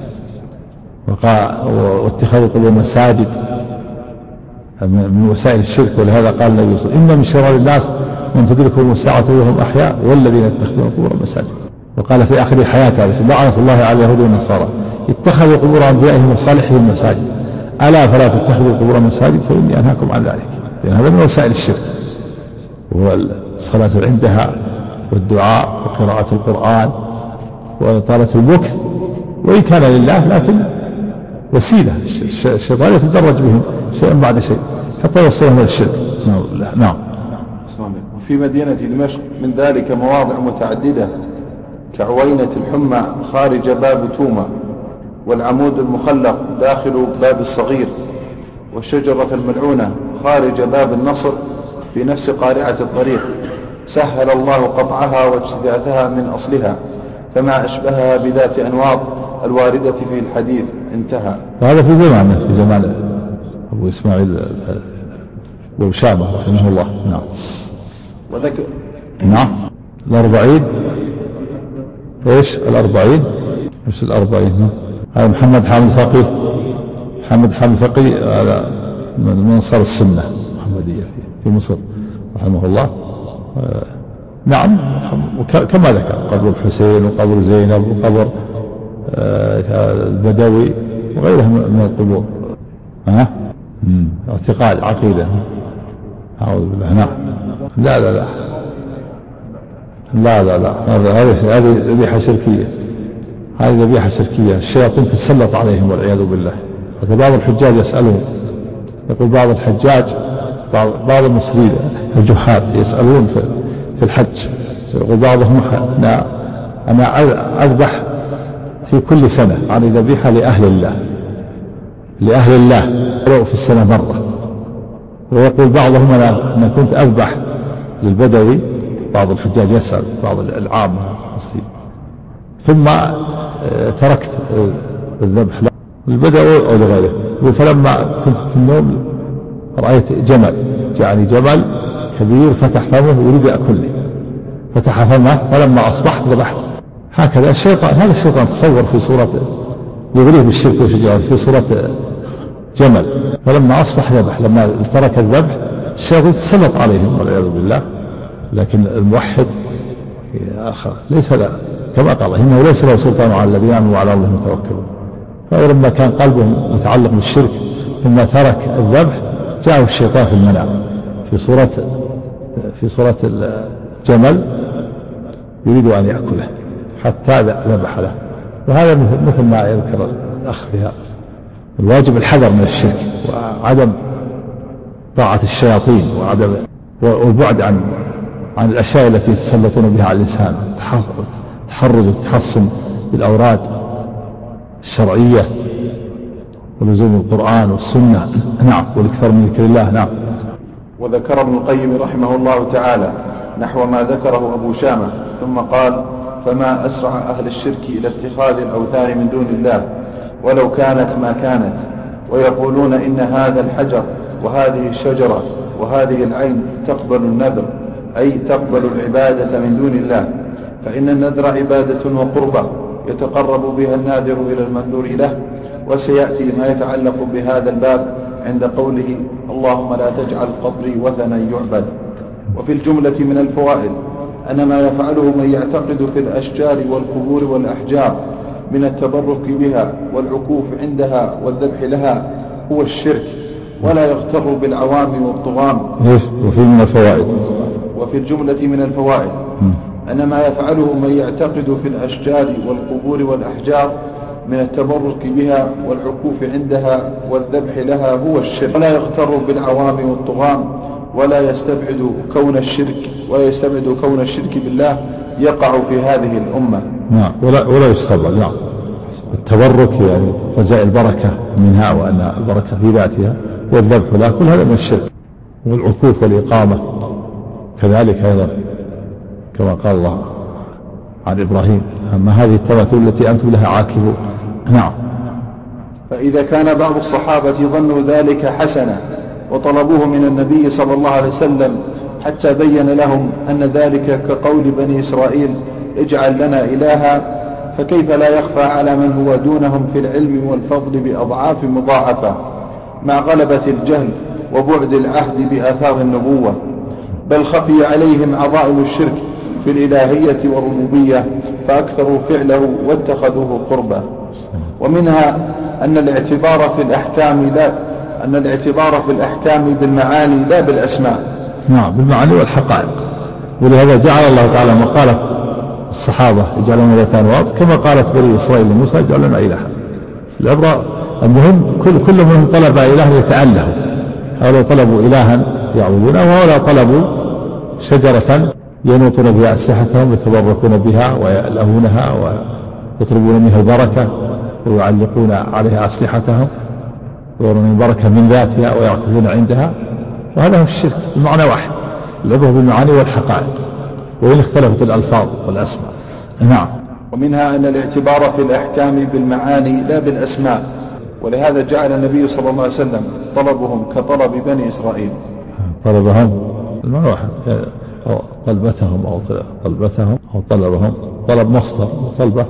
واتخاذ القبور مساجد من وسائل الشرك، ولهذا قال النبي صلى الله عليه وسلم إن من شرار الناس من تدركهم الساعة وهم أحياء والذين يتخذون القبور مساجد. وقال في آخر حياته لعنة الله على اليهود والنصارى اتخذوا قبور أنبيائهم وصالحهم مساجد، ألا فلا تتخذوا القبور مساجد فإني أنهاكم عن ذلك، لأن هذا من وسائل الشرك، وهو الصلاة عندها والدعاء وقراءة القرآن وإطالة المكث، وإن كان لله لكن وسيلة، الشيطان يتدرج بهم شيئا بعد شيء حتى يوصلهم إلى الشرك. نعم. وفي مدينة دمشق من ذلك مواضع متعددة كعوينة الحمى خارج باب توما، والعمود المخلق داخل باب الصغير، والشجرة الملعونة خارج باب النصر في نفس قارعة الطريق، سهل الله قطعها واجتثاثها من أصلها، فما أشبهها بذات أنواط الواردة في الحديث. انتهى. وهذا في زمانه، في زمان أبو إسماعيل أبو شامة رحمه الله. نعم. وذكر نعم الأربعين، إيش الأربعين إيش الأربعين هذا محمد حامد فقيه، محمد حامد فقيه هذا من أنصار السنة المحمدية في مصر رحمه الله. نعم كما ذكر قبر الحسين وقبر زينب وقبر البدوي وغيرها من القبور. ها اعتقاد عقيدة. أعوذ بالله. نعم. لا لا لا لا لا لا هذه هذه ذبيحة شركية، هذه ذبيحة شركية، الشياطين تتسلط عليهم والعياذ بالله. بعض الحجاج يسألون، يقول بعض الحجاج بعض بعض المصريين الجحاد يسألون في, في الحج يقول بعضهم أنا, أنا أذبح في كل سنة عن ذبيحة لأهل الله لأهل الله ولو في السنة مرة. ويقول بعضهم أنا, أنا كنت أذبح للبدوي، بعض الحجاج يسأل بعض العامة المصريين، ثم تركت الذبح للبدوي أو لغيره. فلما كنت في النوم رأيت جمل جاءني جمل كبير فتح فمه يريد يأكلني، فتح فمه فلما أصبحت ذبحت. هكذا الشيطان، هذا الشيطان تصور في صورة يغريه بالشرك والشجاعة في صورة جمل، فلما أصبح ذبح. لما ترك الذبح الشيطان تسلط عليهم والعياذ بالله. لكن الموحد آخر ليس له، كما قال إنه ليس له سلطان على الذين آمنوا وعلى الله يتوكلون. فلما كان قلبه متعلق بالشرك ثم ترك الذبح جاءه الشيطان في المنام في صورة في صورة الجمل يريد أن يأكله حتى ذبح له. وهذا مثل ما يذكر الأخ فيها الواجب الحذر من الشرك وعدم طاعة الشياطين وعدم والبعد عن عن الأشياء التي يتسلطون بها على الإنسان، التحرز والتحصن بالأوراد الشرعية ولزوم القرآن والسنة. نعم، والاكثار من ذكر الله. نعم. وذكر ابن القيم رحمه الله تعالى نحو ما ذكره أبو شامة، ثم قال: فما أسرع أهل الشرك إلى اتخاذ الأوثان من دون الله ولو كانت ما كانت، ويقولون إن هذا الحجر وهذه الشجرة وهذه العين تقبل النذر، أي تقبل العبادة من دون الله، فإن النذر عبادة وقربة يتقرب بها الناذر إلى المنذور له. وسيأتي ما يتعلق بهذا الباب عند قوله: اللهم لا تجعل قبري وثنا يعبد. وفي الجملة من الفوائد أن ما يفعله من يعتقد في الأشجار والقبور والأحجار من التبرك بها والعكوف عندها والذبح لها هو الشرك، ولا يغتر بالعوام والطغام. وفي من الفوائد وفي الجملة من الفوائد أن ما يفعله من يعتقد في الأشجار والقبور والأحجار من التبرك بها والعكوف عندها والذبح لها هو الشرك، ولا يغتر بالعوام والطغام، ولا يستبعد كون الشرك ولا يستبعد كون الشرك بالله يقع في هذه الأمة. نعم، ولا ولا يستبعد. نعم، التبرك يعني رجاء البركة منها وأن البركة في ذاتها، والذبح لها، كل هذا من الشرك. والعكوف والإقامة كذلك أيضا، كما قال الله عن إبراهيم: أما هذه التماثيل التي أنتم لها عاكفون. نعم. فإذا كان بعض الصحابة ظنوا ذلك حسنا وطلبوه من النبي صلى الله عليه وسلم حتى بين لهم أن ذلك كقول بني إسرائيل: اجعل لنا إلها، فكيف لا يخفى على من هو دونهم في العلم والفضل بأضعاف مضاعفة مع غلبة الجهل وبعد العهد بآثار النبوة، بل خفي عليهم عظائم الشرك في الإلهية والربوبية فأكثروا فعله واتخذوه قربا. ومنها أن الاعتبار في الأحكام لا أن الاعتبار في الأحكام بالمعاني لا بالأسماء. نعم، بالمعاني والحقائق. ولهذا جعل الله تعالى مقالة الصحابة يجعلون إلهًا واحد، كما قالت بني إسرائيل لموسى: يجعلون إلها. العبرة المهم كل كل من طلب إله يتأله. هؤلاء طلبوا إلها يعبدونه، وهؤلاء طلبوا شجرة ينوطون بها أسلحتهم يتبركون بها ويألهونها ويطلبون منها البركة ويعلقون عليها أسلحتهم ويرون البركة من ذاتها ويعكفون عندها. وهذا هو الشرك، المعنى واحد، العبرة بالمعاني والحقائق وإن اختلفت الألفاظ والأسماء. نعم. ومنها أن الاعتبار في الأحكام بالمعاني لا بالأسماء، ولهذا جعل النبي صلى الله عليه وسلم طلبهم كطلب بني إسرائيل. طلبهم المعنى واحد، أو طلبتهم أو طلبتهم أو طلبهم، طلب مصدر وطلبة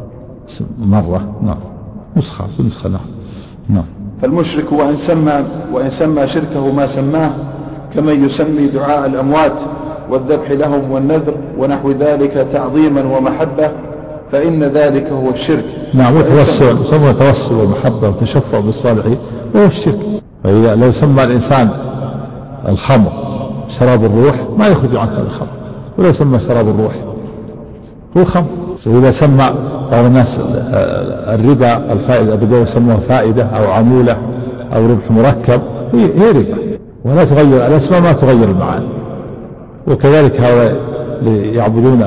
مرة. نعم، نسخة في نسخة. نعم. نعم. فالمشرك وإن سمى وإن سمى شركه ما سماه، كما يسمي دعاء الأموات والذبح لهم والنذر ونحو ذلك تعظيما ومحبة، فإن ذلك هو الشرك. نعم، وتوسل، يسمى توسل ومحبة وتشفع بالصالحين وهو الشرك. فإذا لو سمى الإنسان الخمر شراب الروح ما يخرج عنك الخمر، ولو سمى شراب الروح هو خمر. وإذا سمى بعض الناس الربا الفائدة الربا يسموها فائدة أو عمولة أو ربح مركب، هي ربا، ولا تغير الأسماء، ما تغير المعاني. وكذلك هؤلاء يعبدون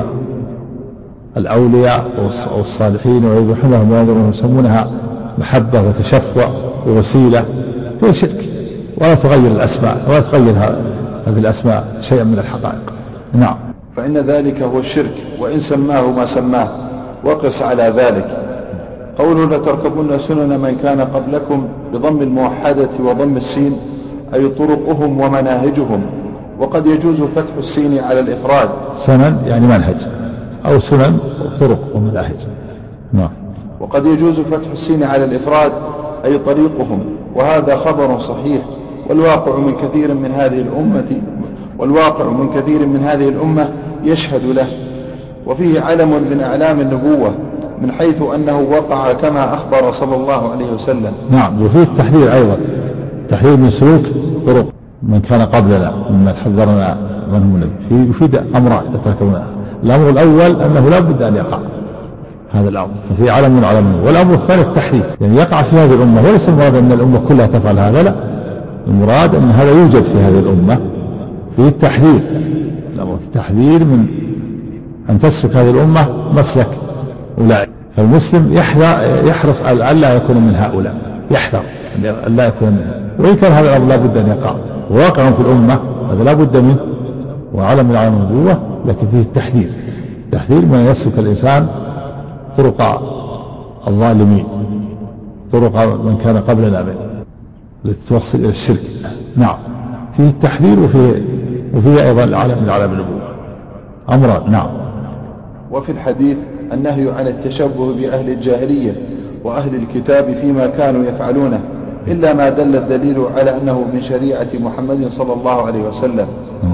الأولياء والصالحين ويذبحونهم وينذرون يسمونها محبة وتشفع ووسيلة، هو شرك، ولا تغير الأسماء ولا تغير هذه الأسماء شيئا من الحقائق. نعم. فإن ذلك هو الشرك وإن سماه ما سماه، وقس على ذلك قوله لتركبن سنن من كان قبلكم بضم الموحدة وضم السين، أي طرقهم ومناهجهم، وقد يجوز فتح السين على الإفراد. سنن يعني منهج، أو سنن طرق ومناهج. نعم. وقد يجوز فتح السين على الإفراد أي طريقهم، وهذا خبر صحيح، والواقع من كثير من هذه الأمة والواقع من كثير من هذه الأمة يشهد له، وفيه علم من أعلام النبوة من حيث أنه وقع كما أخبر صلى الله عليه وسلم. نعم. وفيه التحذير أيضا، تحذير من سلوك طرق من كان قبلنا ممن حذرنا منهم النبي. فيه يفيد أمران يتركونها. الأمر الأول أنه لا بد أن يقع هذا الأمر، ففي علم من علم النبوة. والأمر الثاني التحذير، يعني يقع في هذه الأمة، وليس المراد أن الأمة كلها تفعل هذا، لا، المراد أن هذا يوجد في هذه الأمة. فيه التحذير، الأمر التحذير من أن تسلك هذه الأمة مسلك أولئك، فالمسلم يحرص على أن لا يكون من هؤلاء، يحذر أن لا يكون منها، وإن كان هذا الأمر لا بد أن يقع وواقع في الأمة، هذا لا بد منه وعلم من علم النبوة، لكن فيه التحذير، تحذير من يسلك الإنسان طرق الظالمين، طرق من كان قبلنا منه لتوصل إلى الشرك. نعم. فيه التحذير وفيه, وفيه أيضا العلم من علم النبوة، أمران. نعم. وفي الحديث النهي عن التشبه بأهل الجاهلية وأهل الكتاب فيما كانوا يفعلونه، إلا ما دل الدليل على أنه من شريعة محمد صلى الله عليه وسلم.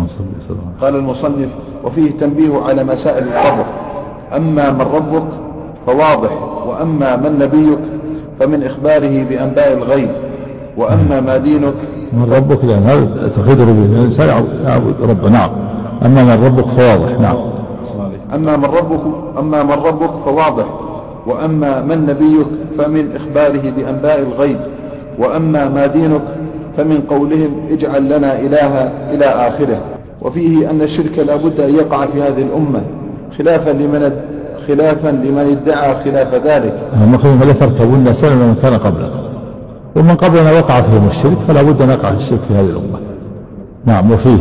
قال المصنف: وفيه تنبيه على مسائل القبر. أما من ربك فواضح، وأما من نبيك فمن إخباره بأنباء الغيب، وأما ما دينك من ربك، لأن هذا تقييد ربه، الإنسان يعبد ربه. نعم. أما من ربك فواضح. نعم. أما من ربك أما من ربك فواضح، وأما من نبيك فمن إخباره بأنباء الغيب، وأما ما دينك فمن قولهم اجعل لنا إلها إلى آخره. وفيه أن الشرك لا بد أن يقع في هذه الأمة، خلافا لمن خلافا لمن ادعى خلاف ذلك. المخلوق لا تركبن سنن من كان قبلكم، ومن قبلنا وقع فيهم الشرك، فلا بد أن يقع الشرك في هذه الأمة. نعم. وفيه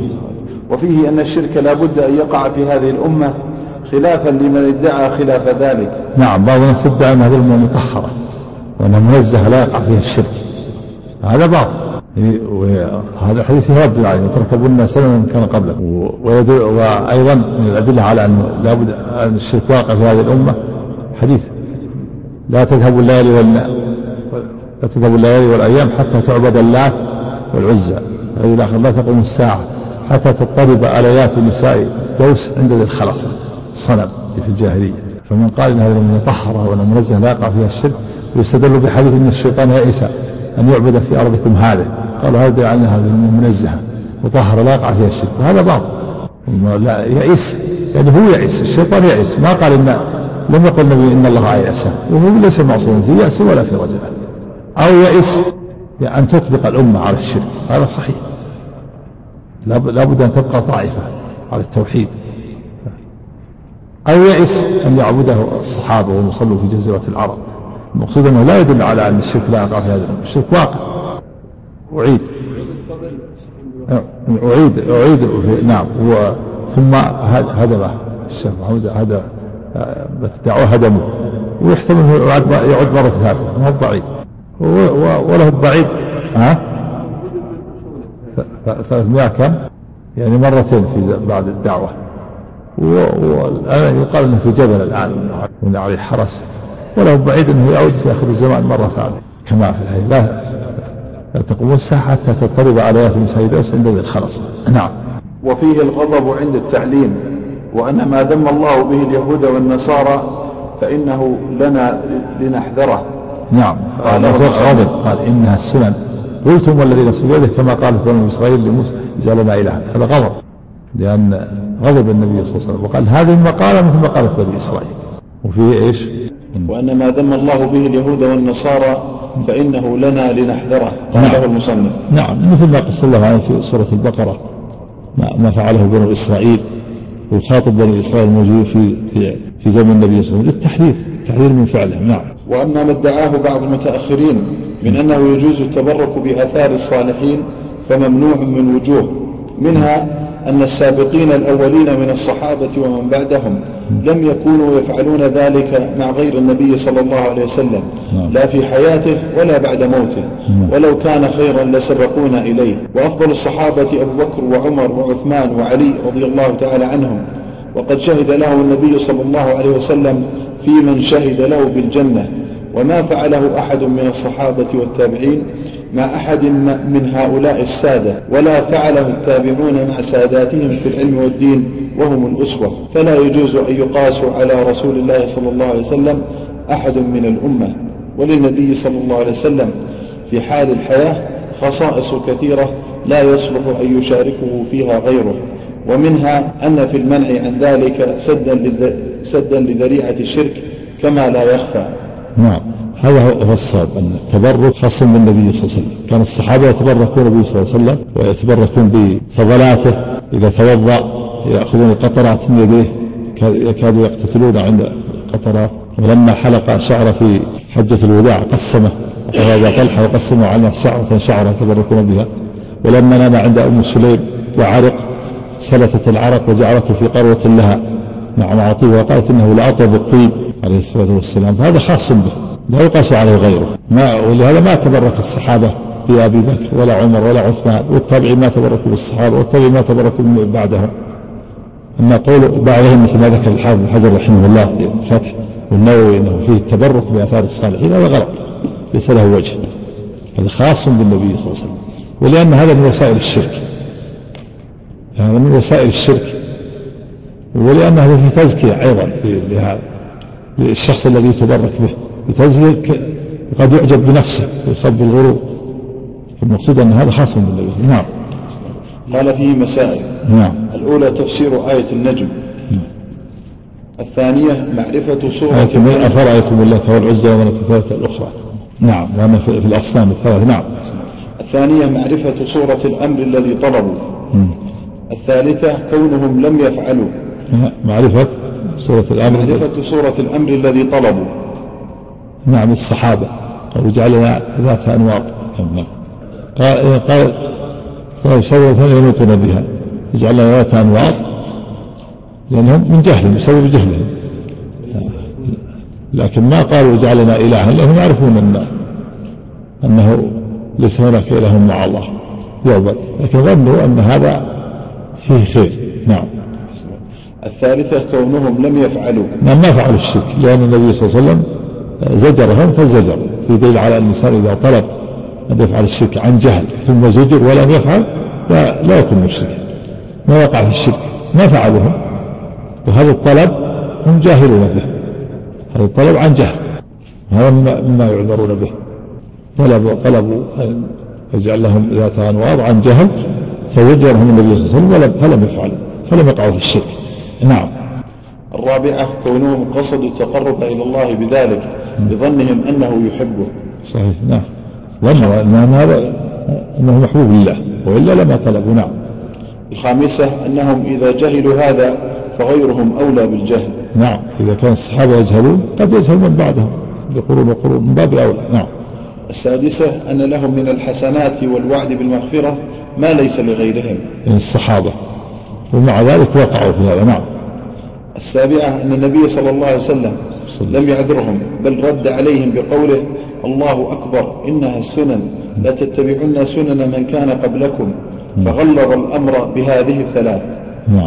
وفيه أن الشرك لا بد أن يقع في هذه الأمة، خلافا لمن ادعى خلاف ذلك. نعم. بعض الناس ادعى أن هذه الأمة مطهرة وأنها منزهة لا يقع فيها الشرك، هذا باطل. وهذا الحديث يرد عليه: تركبون سنن من كان قبلكم. وأيضا من الأدلة على أن لا بد أن الشرك واقع في هذه الأمة حديث: لا تذهب الليالي والنا لا تذهب الليالي والأيام حتى تعبد اللات والعزى، هذه الآخر لا تقوم الساعة حتى تضطرب آليات النساء دوس عند ذي الخلصة، صنم في الجاهلية. فمن قال إن هذه مطهرة وأن منزه لا يقع فيها الشرك، ويستدل بحديث إن الشيطان يئس أن يعبد في أرضكم هذه، قالوا هذا عن هذه منزهة مطهرة لا يقع فيها الشرك، وهذا باطل. لا يئس، يعني هو يئس، الشيطان يئس، ما قال إن لم يقل النبي إن الله يئس، وهو ليس معصوم في يأس ولا في رجاء. أو يئس يعني أن تطبق الأمة على الشرك، هذا صحيح، لا بد أن تبقى طائفة على التوحيد. أو يئس أن يعبده الصحابة ويصلوا في جزيرة العرب. المقصود أنه لا يدل على أن الشرك لا يقع في هذا الأمر، الشرك واقع. أعيد أعيد أعيد نعم. ثم هدمه الشيخ محمود، هذا دعوه هدمه، ويحتمل أنه يعود مرة ثالثة، ما هو بعيد، وله البعيد ها ثلاثمائة كم، يعني مرتين في بعد الدعوة. والآن يقال أنه في جبل الآن من عليه حرس، وله بعيد أنه يعود في آخر الزمان مرة ثانية كما في الحديث: لا لا تقومون الساعة حتى تضطرب آليات النساء دوس عند ذي الخلص. نعم. وفيه الغضب عند التعليم، وأن ما ذم الله به اليهود والنصارى فإنه لنا لنحذره. نعم. قال غضب، قال إنها السنن قلتم والذي نفس بيده كما قالت بنو إسرائيل لموسى اجعل لنا إلها، هذا غضب، لأن غضب النبي صلى الله عليه وسلم، وقال هذه المقالة مثل ما قالت بني إسرائيل. وفيه إيش؟ وأن ما ذم الله به اليهود والنصارى فإنه لنا لنحذره، قاله نعم. المصنف. نعم. مثل ما قص الله عنه في سورة البقرة ما فعله بنو إسرائيل ويخاطب بني إسرائيل الموجودين في في في زمن النبي صلى الله عليه وسلم للتحذير التحذير من فعله. نعم. وأما ما ادعاه بعض المتأخرين من أنه يجوز التبرك بآثار الصالحين فممنوع من وجوه، منها أن السابقين الأولين من الصحابة ومن بعدهم لم يكونوا يفعلون ذلك مع غير النبي صلى الله عليه وسلم لا في حياته ولا بعد موته، ولو كان خيرا لسبقونا إليه. وأفضل الصحابة أبو بكر وعمر وعثمان وعلي رضي الله تعالى عنهم، وقد شهد له النبي صلى الله عليه وسلم في من شهد له بالجنة، وما فعله أحد من الصحابة والتابعين مع أحد من هؤلاء السادة، ولا فعله التابعون مع ساداتهم في العلم والدين وهم الأسوة، فلا يجوز أن يقاس على رسول الله صلى الله عليه وسلم أحد من الأمة. وللنبي صلى الله عليه وسلم في حال الحياة خصائص كثيرة لا يصلح أن يشاركه فيها غيره، ومنها أن في المنع عن ذلك سدا لذريعة الشرك كما لا يخفى. نعم، هذا هو الصواب، أن التبرك خاص بالنبي صلى الله عليه وسلم. كان الصحابة يتبركون به صلى الله عليه وسلم ويتبركون بفضلاته، إذا توضأ يأخذون القطرات من يديه، يكادوا يقتتلون عند القطرات. ولما حلق شعر في حجة الوداع قسمه، وهذا طلحة وقسمه على شعرة شعرة يتبركون بها. ولما نام عند أم سليم وعرق سلتت العرق وجعلته في قروة لها مع معطيه، وقالت إنه لأطيب الطيب عليه الصلاة والسلام. فهذا خاص به لا يقاس عليه غيره. ما ولهذا ما تبرك الصحابة بأبي بكر ولا عمر ولا عثمان، والتابعين ما تبركوا بالصحابة، والتابعين ما تبركوا بعدهم. أما قول بعضهم مثل ما ذكر الحافظ بن حجر رحمه الله في الفتح والنووي أنه فيه التبرك بآثار الصالحين، هذا غلط، ليس له وجه. هذا خاص بالنبي صلى الله عليه وسلم، ولأن هذا من وسائل الشرك، هذا من وسائل الشرك، ولأنه فيه تزكية أيضا لهذا للشخص الذي يتبرك به، بتزكية قد يعجب بنفسه ويصاب بالغرور. المقصود أن هذا خاص بالنبي. نعم. قال فيه مسائل. نعم. الأولى تفسير آية النجم. نعم. الثانية معرفة سورة آية أفرأيتم اللات والعزى ومناة الثالثة الأخرى. نعم، وأنا في الأصنام الثلاث. نعم. الثانية معرفة سورة الأمر الذي طلبوا. م. الثالثة كونهم لم يفعلوا. معرفة سورة الأمر معرفة سورة الأمر الذي طلبوا. نعم، الصحابة قالوا جعلنا ذات أنواط. قال قال قال سورة يموتون بها جعلنا ذات أنواط، لأنهم من جهلهم بسبب جهلهم، لكن ما قالوا جعلنا إلها، لأنهم يعرفون أن أنه ليس هناك إله مع الله يعبد، لكن ظنوا أن هذا فيه خير. نعم. الثالثة كونهم لم يفعلوا. نعم، ما فعلوا الشرك، لأن النبي صلى الله عليه وسلم زجرهم فالزجر في دليل على أن الإنسان إذا طلب أن يفعل الشرك عن جهل ثم زجر ولم يفعل لا يكون مشركا، ما يقع في الشرك، ما فعلوه، وهذا الطلب هم جاهلون به، هذا الطلب عن جهل، هذا مما يعذرون به. طلبوا طلبوا أن يجعل لهم ذات أنواط عن جهل فزجرهم النبي صلى الله عليه وسلم فلم يفعلوا، فلم يقعوا في الشرك. نعم. الرابعة كونهم قصدوا التقرب إلى الله بذلك بظنهم أنه يحبه. صحيح. نعم، ظنوا أن هذا أنه محبوب لله، وإلا لما طلبوا. نعم. الخامسة أنهم إذا جهلوا هذا فغيرهم أولى بالجهل. نعم، إذا كان الصحابة يجهلون قد يجهل من بعدهم بقرون وقرون من باب أولى. نعم. السادسة أن لهم من الحسنات والوعد بالمغفرة ما ليس لغيرهم من الصحابة، ومع ذلك وقعوا في هذا. نعم. السابعة أن النبي صلى الله عليه وسلم لم يعذرهم، بل رد عليهم بقوله الله أكبر إنها السنن لا تتبعون سنن من كان قبلكم، فغلظ الأمر بهذه الثلاث. نعم.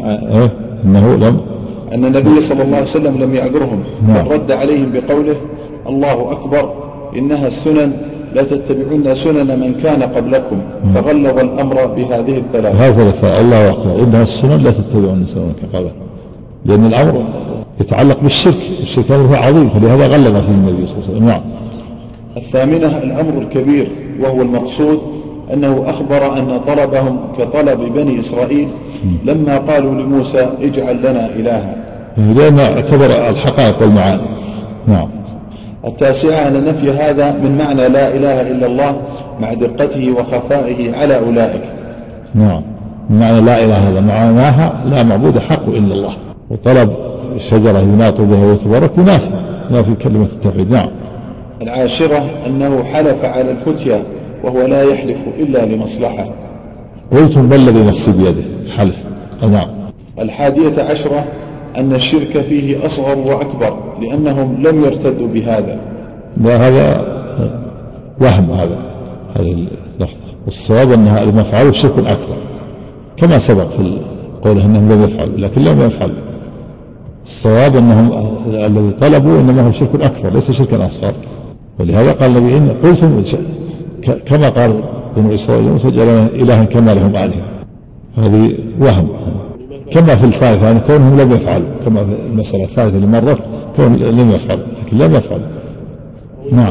أنه لم أن النبي صلى الله عليه وسلم لم يعذرهم، بل رد عليهم بقوله الله أكبر إنها السنن لا تتبعون سنن من كان قبلكم، فغلظ الأمر بهذه الثلاث. هذا الله أكبر إنها السنن لا تتبعون سنن من كان قبلكم، لأن الأمر يتعلق بالشرك، الشرك أمره عظيم، فلهذا غلظ فيه النبي صلى الله عليه وسلم. نعم. الثامنة الأمر الكبير، وهو المقصود أنه أخبر أن طلبهم كطلب بني إسرائيل لما قالوا لموسى اجعل لنا إلها، لأن اعتبر الحقائق والمعاني. نعم. التاسعة أن نفي هذا من معنى لا إله إلا الله مع دقته وخفائه على أولئك. نعم. معنى لا إله إلا معناها لا معبود حق إلا الله، وطلب الشجرة يناط بها ويتبرك ينافي ينافي كلمة التوحيد. نعم. العاشرة أنه حلف على الفتية وهو لا يحلف إلا لمصلحة. قلتم بل الذي نفسي بيده حلف. نعم. الحادية عشرة أن الشرك فيه أصغر وأكبر لأنهم لم يرتدوا بهذا. وهذا وهم هذا هذه اللفظة، والصواب أنها لما فعلوا الشرك الأكبر كما سبق في قوله أنهم لم يفعلوا، لكن لم يفعلوا. الصواب أنهم الذي طلبوا إنما هو الشرك الأكبر ليس شركا أصغر، ولهذا قال النبي إن قلتم كما قال بنو إسرائيل وسجلنا إلها كما لهم آلهة. هذه وهم كما في الثالثة يعني كونهم لم يفعلوا، كما في المسألة الثالثة اللي مرت كون لم يفعلوا لكن لم يفعلوا. نعم.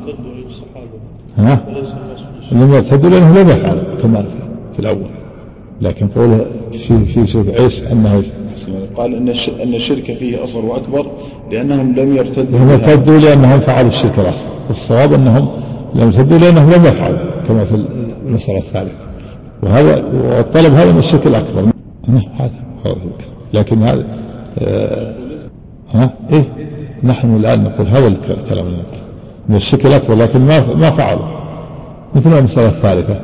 ها؟ لم يرتدوا لأنه لم يفعلوا كما في الأول، لكن قوله في في شرك عيش أنه قال أن أن الشرك فيه أصغر وأكبر لأنهم لم يرتدوا لم يرتدوا لأنهم فعلوا الشرك الأصغر، والصواب أنهم لم يرتدوا لأنهم لم يفعلوا كما في المسألة الثالثة، وهذا والطلب هذا من الشرك الأكبر. هذا لكن هذا آه ها إيه نحن الآن نقول هذا الكلام من الشرك الأكبر لكن ما ما فعلوا، مثل المسألة الثالثة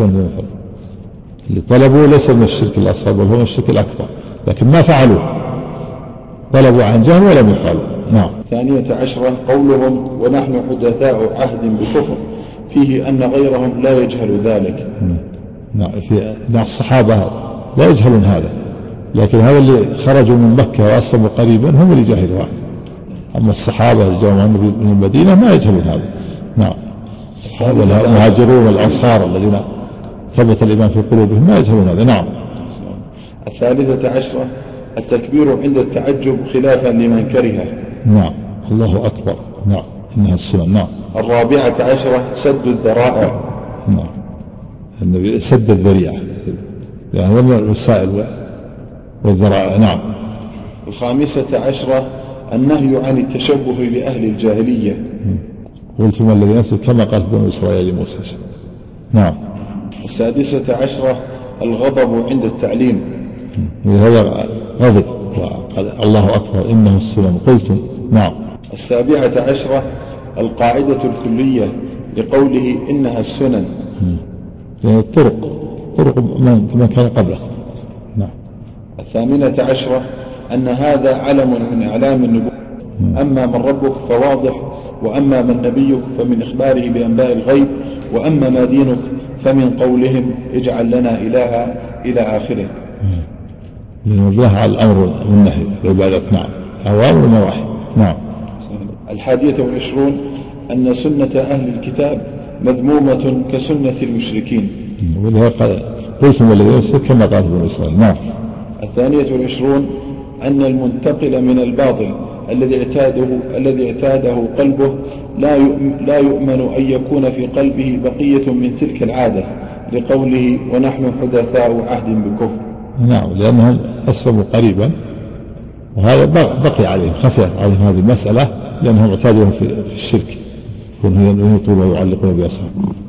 اللي طلبوا ليس من الشرك الأصغر بل هو من الشرك الأكبر لكن ما فعلوا، طلبوا عن جهل ولم يفعلوا. نعم. ثانية عشرة قولهم ونحن حدثاء عهد بكفر فيه أن غيرهم لا يجهل ذلك. نعم. في مع الصحابة لا يجهلون هذا، لكن هذا اللي خرجوا من مكة وأسلموا قريبا هم اللي جهلوا، أما الصحابة اللي جاءوا من المدينة ما يجهلون هذا. نعم. الصحابة المهاجرون والأنصار الذين ثبت الإيمان في قلوبهم ما يجهلون هذا. نعم. الثالثة عشرة التكبير عند التعجب خلافا لمن كرهه. نعم. الله أكبر. نعم. إنها السنة. نعم. الرابعة عشرة سد الذرائع. نعم. النبي سد الذريعة يعني ومن الوسائل والذرائع. نعم. الخامسة عشرة النهي عن التشبه بأهل الجاهلية. قلتم الذي نفسه كما قالت بنو إسرائيل موسى. نعم. السادسة عشرة الغضب عند التعليم. هذا غضب وقال الله أكبر إنه السنن قلتم. نعم. السابعة عشرة القاعدة الكلية لقوله إنها السنن، يعني الطرق طرق ما كان قبله. نعم. الثامنة عشرة أن هذا علم من أعلام النبوة، أما من ربك فواضح، وأما من نبيك فمن إخباره بأنباء الغيب، وأما ما دينك فمن قولهم اجعل لنا إلها إلى آخره. لنوجه على الأمر والنهي والعبادة. نعم. أوامر ونواهي. نعم. الحادية والعشرون أن سنة أهل الكتاب مذمومة كسنة المشركين. ولهذا قال قلتم الذي نفسه كما قالت بنو إسرائيل. نعم. الثانية والعشرون أن المنتقل من الباطل الذي اعتاده الذي اعتاده قلبه لا لا يؤمن أن يكون في قلبه بقية من تلك العادة لقوله ونحن حدثاء عهد بكفر. نعم. لأنهم أسلموا قريبا وهذا بقي عليهم خفيت عليهم هذه المسألة لأنهم اعتادوا في الشرك ينطون ويعلقون بأسهم.